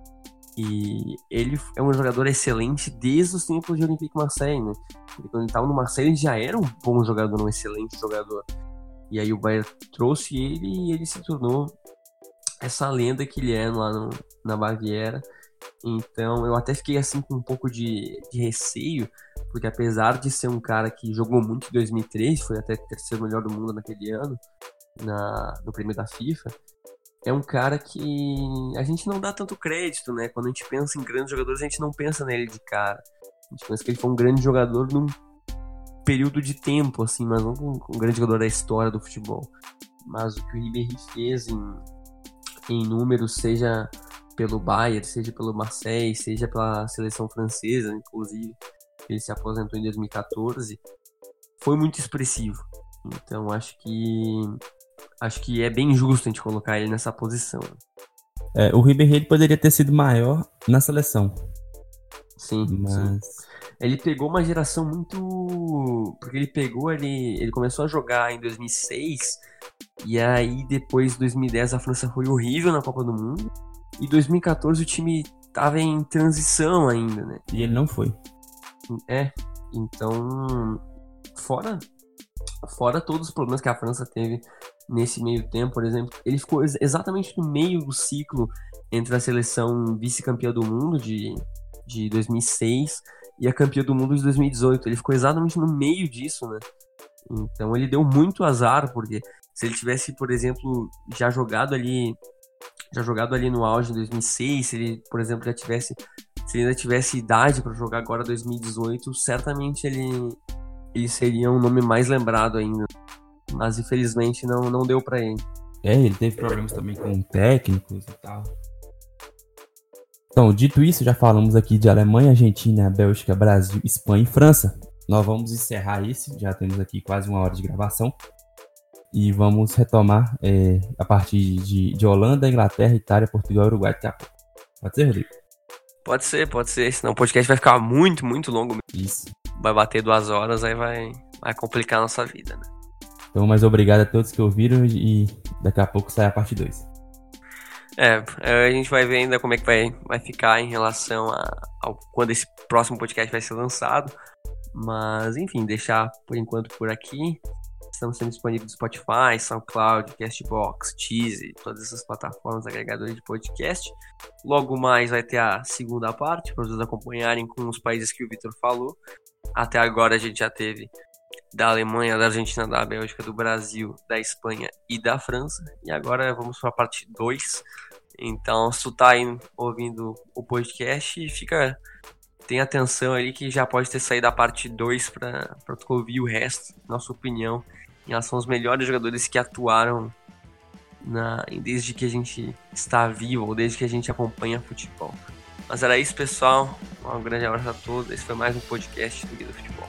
e ele é um jogador excelente desde os tempos de Olympique Marseille, né? Porque quando ele estava no Marseille, ele já era um bom jogador, um excelente jogador. E aí o Bayern trouxe ele e ele se tornou essa lenda que ele é lá na Baviera. Então eu até fiquei assim com um pouco de receio, porque apesar de ser um cara que jogou muito em 2003, foi até terceiro melhor do mundo naquele ano, no prêmio da FIFA, é um cara que a gente não dá tanto crédito, né? Quando a gente pensa em grandes jogadores, a gente não pensa nele de cara. A gente pensa que ele foi um grande jogador num período de tempo, assim, mas não um grande jogador da história do futebol. Mas o que o Ribéry fez em números, seja pelo Bayern, seja pelo Marseille, seja pela seleção francesa, inclusive, ele se aposentou em 2014, foi muito expressivo. Então acho que é bem justo a gente colocar ele nessa posição. O Ribéry ele poderia ter sido maior na seleção. Sim, mas sim. Ele pegou uma geração muito... Porque ele começou a jogar em 2006, e aí depois, 2010, a França foi horrível na Copa do Mundo, e 2014 o time tava em transição ainda, né? E ele não foi. Então, fora todos os problemas que a França teve nesse meio tempo, por exemplo, ele ficou exatamente no meio do ciclo entre a seleção vice-campeã do mundo de 2006 e a campeã do mundo de 2018. Ele ficou exatamente no meio disso, né? Então ele deu muito azar, porque se ele tivesse, por exemplo, já jogado ali no auge em 2006, se ele, por exemplo, se ele ainda tivesse idade para jogar agora 2018, certamente ele seria um nome mais lembrado ainda. Mas infelizmente não deu para ele. Ele teve problemas também com técnicos e tal. Então, dito isso, já falamos aqui de Alemanha, Argentina, Bélgica, Brasil, Espanha e França. Nós vamos encerrar já temos aqui quase 1 hora de gravação. E vamos retomar a partir de Holanda, Inglaterra, Itália, Portugal e Uruguai daqui a pouco. Pode ser, Rodrigo? Pode ser, senão o podcast vai ficar muito, muito longo. Isso. Vai bater 2 horas, aí vai complicar a nossa vida, né? Então, mas obrigado a todos que ouviram e daqui a pouco sai a parte 2. A gente vai ver ainda como é que vai ficar em relação ao quando esse próximo podcast vai ser lançado. Mas, enfim, deixar por enquanto por aqui. Estamos sendo disponíveis no Spotify, SoundCloud, Castbox, Teaser, todas essas plataformas agregadoras de podcast. Logo mais vai ter a segunda parte, para vocês acompanharem com os países que o Vitor falou. Até agora a gente já teve da Alemanha, da Argentina, da Bélgica, do Brasil, da Espanha e da França. E agora vamos para a parte 2. Então, se tu tá aí ouvindo o podcast, tem atenção ali que já pode ter saído da parte 2 para tu ouvir o resto, nossa opinião em relação aos melhores jogadores que atuaram desde que a gente está vivo ou desde que a gente acompanha futebol. Mas era isso, pessoal. Um grande abraço a todos. Esse foi mais um podcast do Guia do Futebol.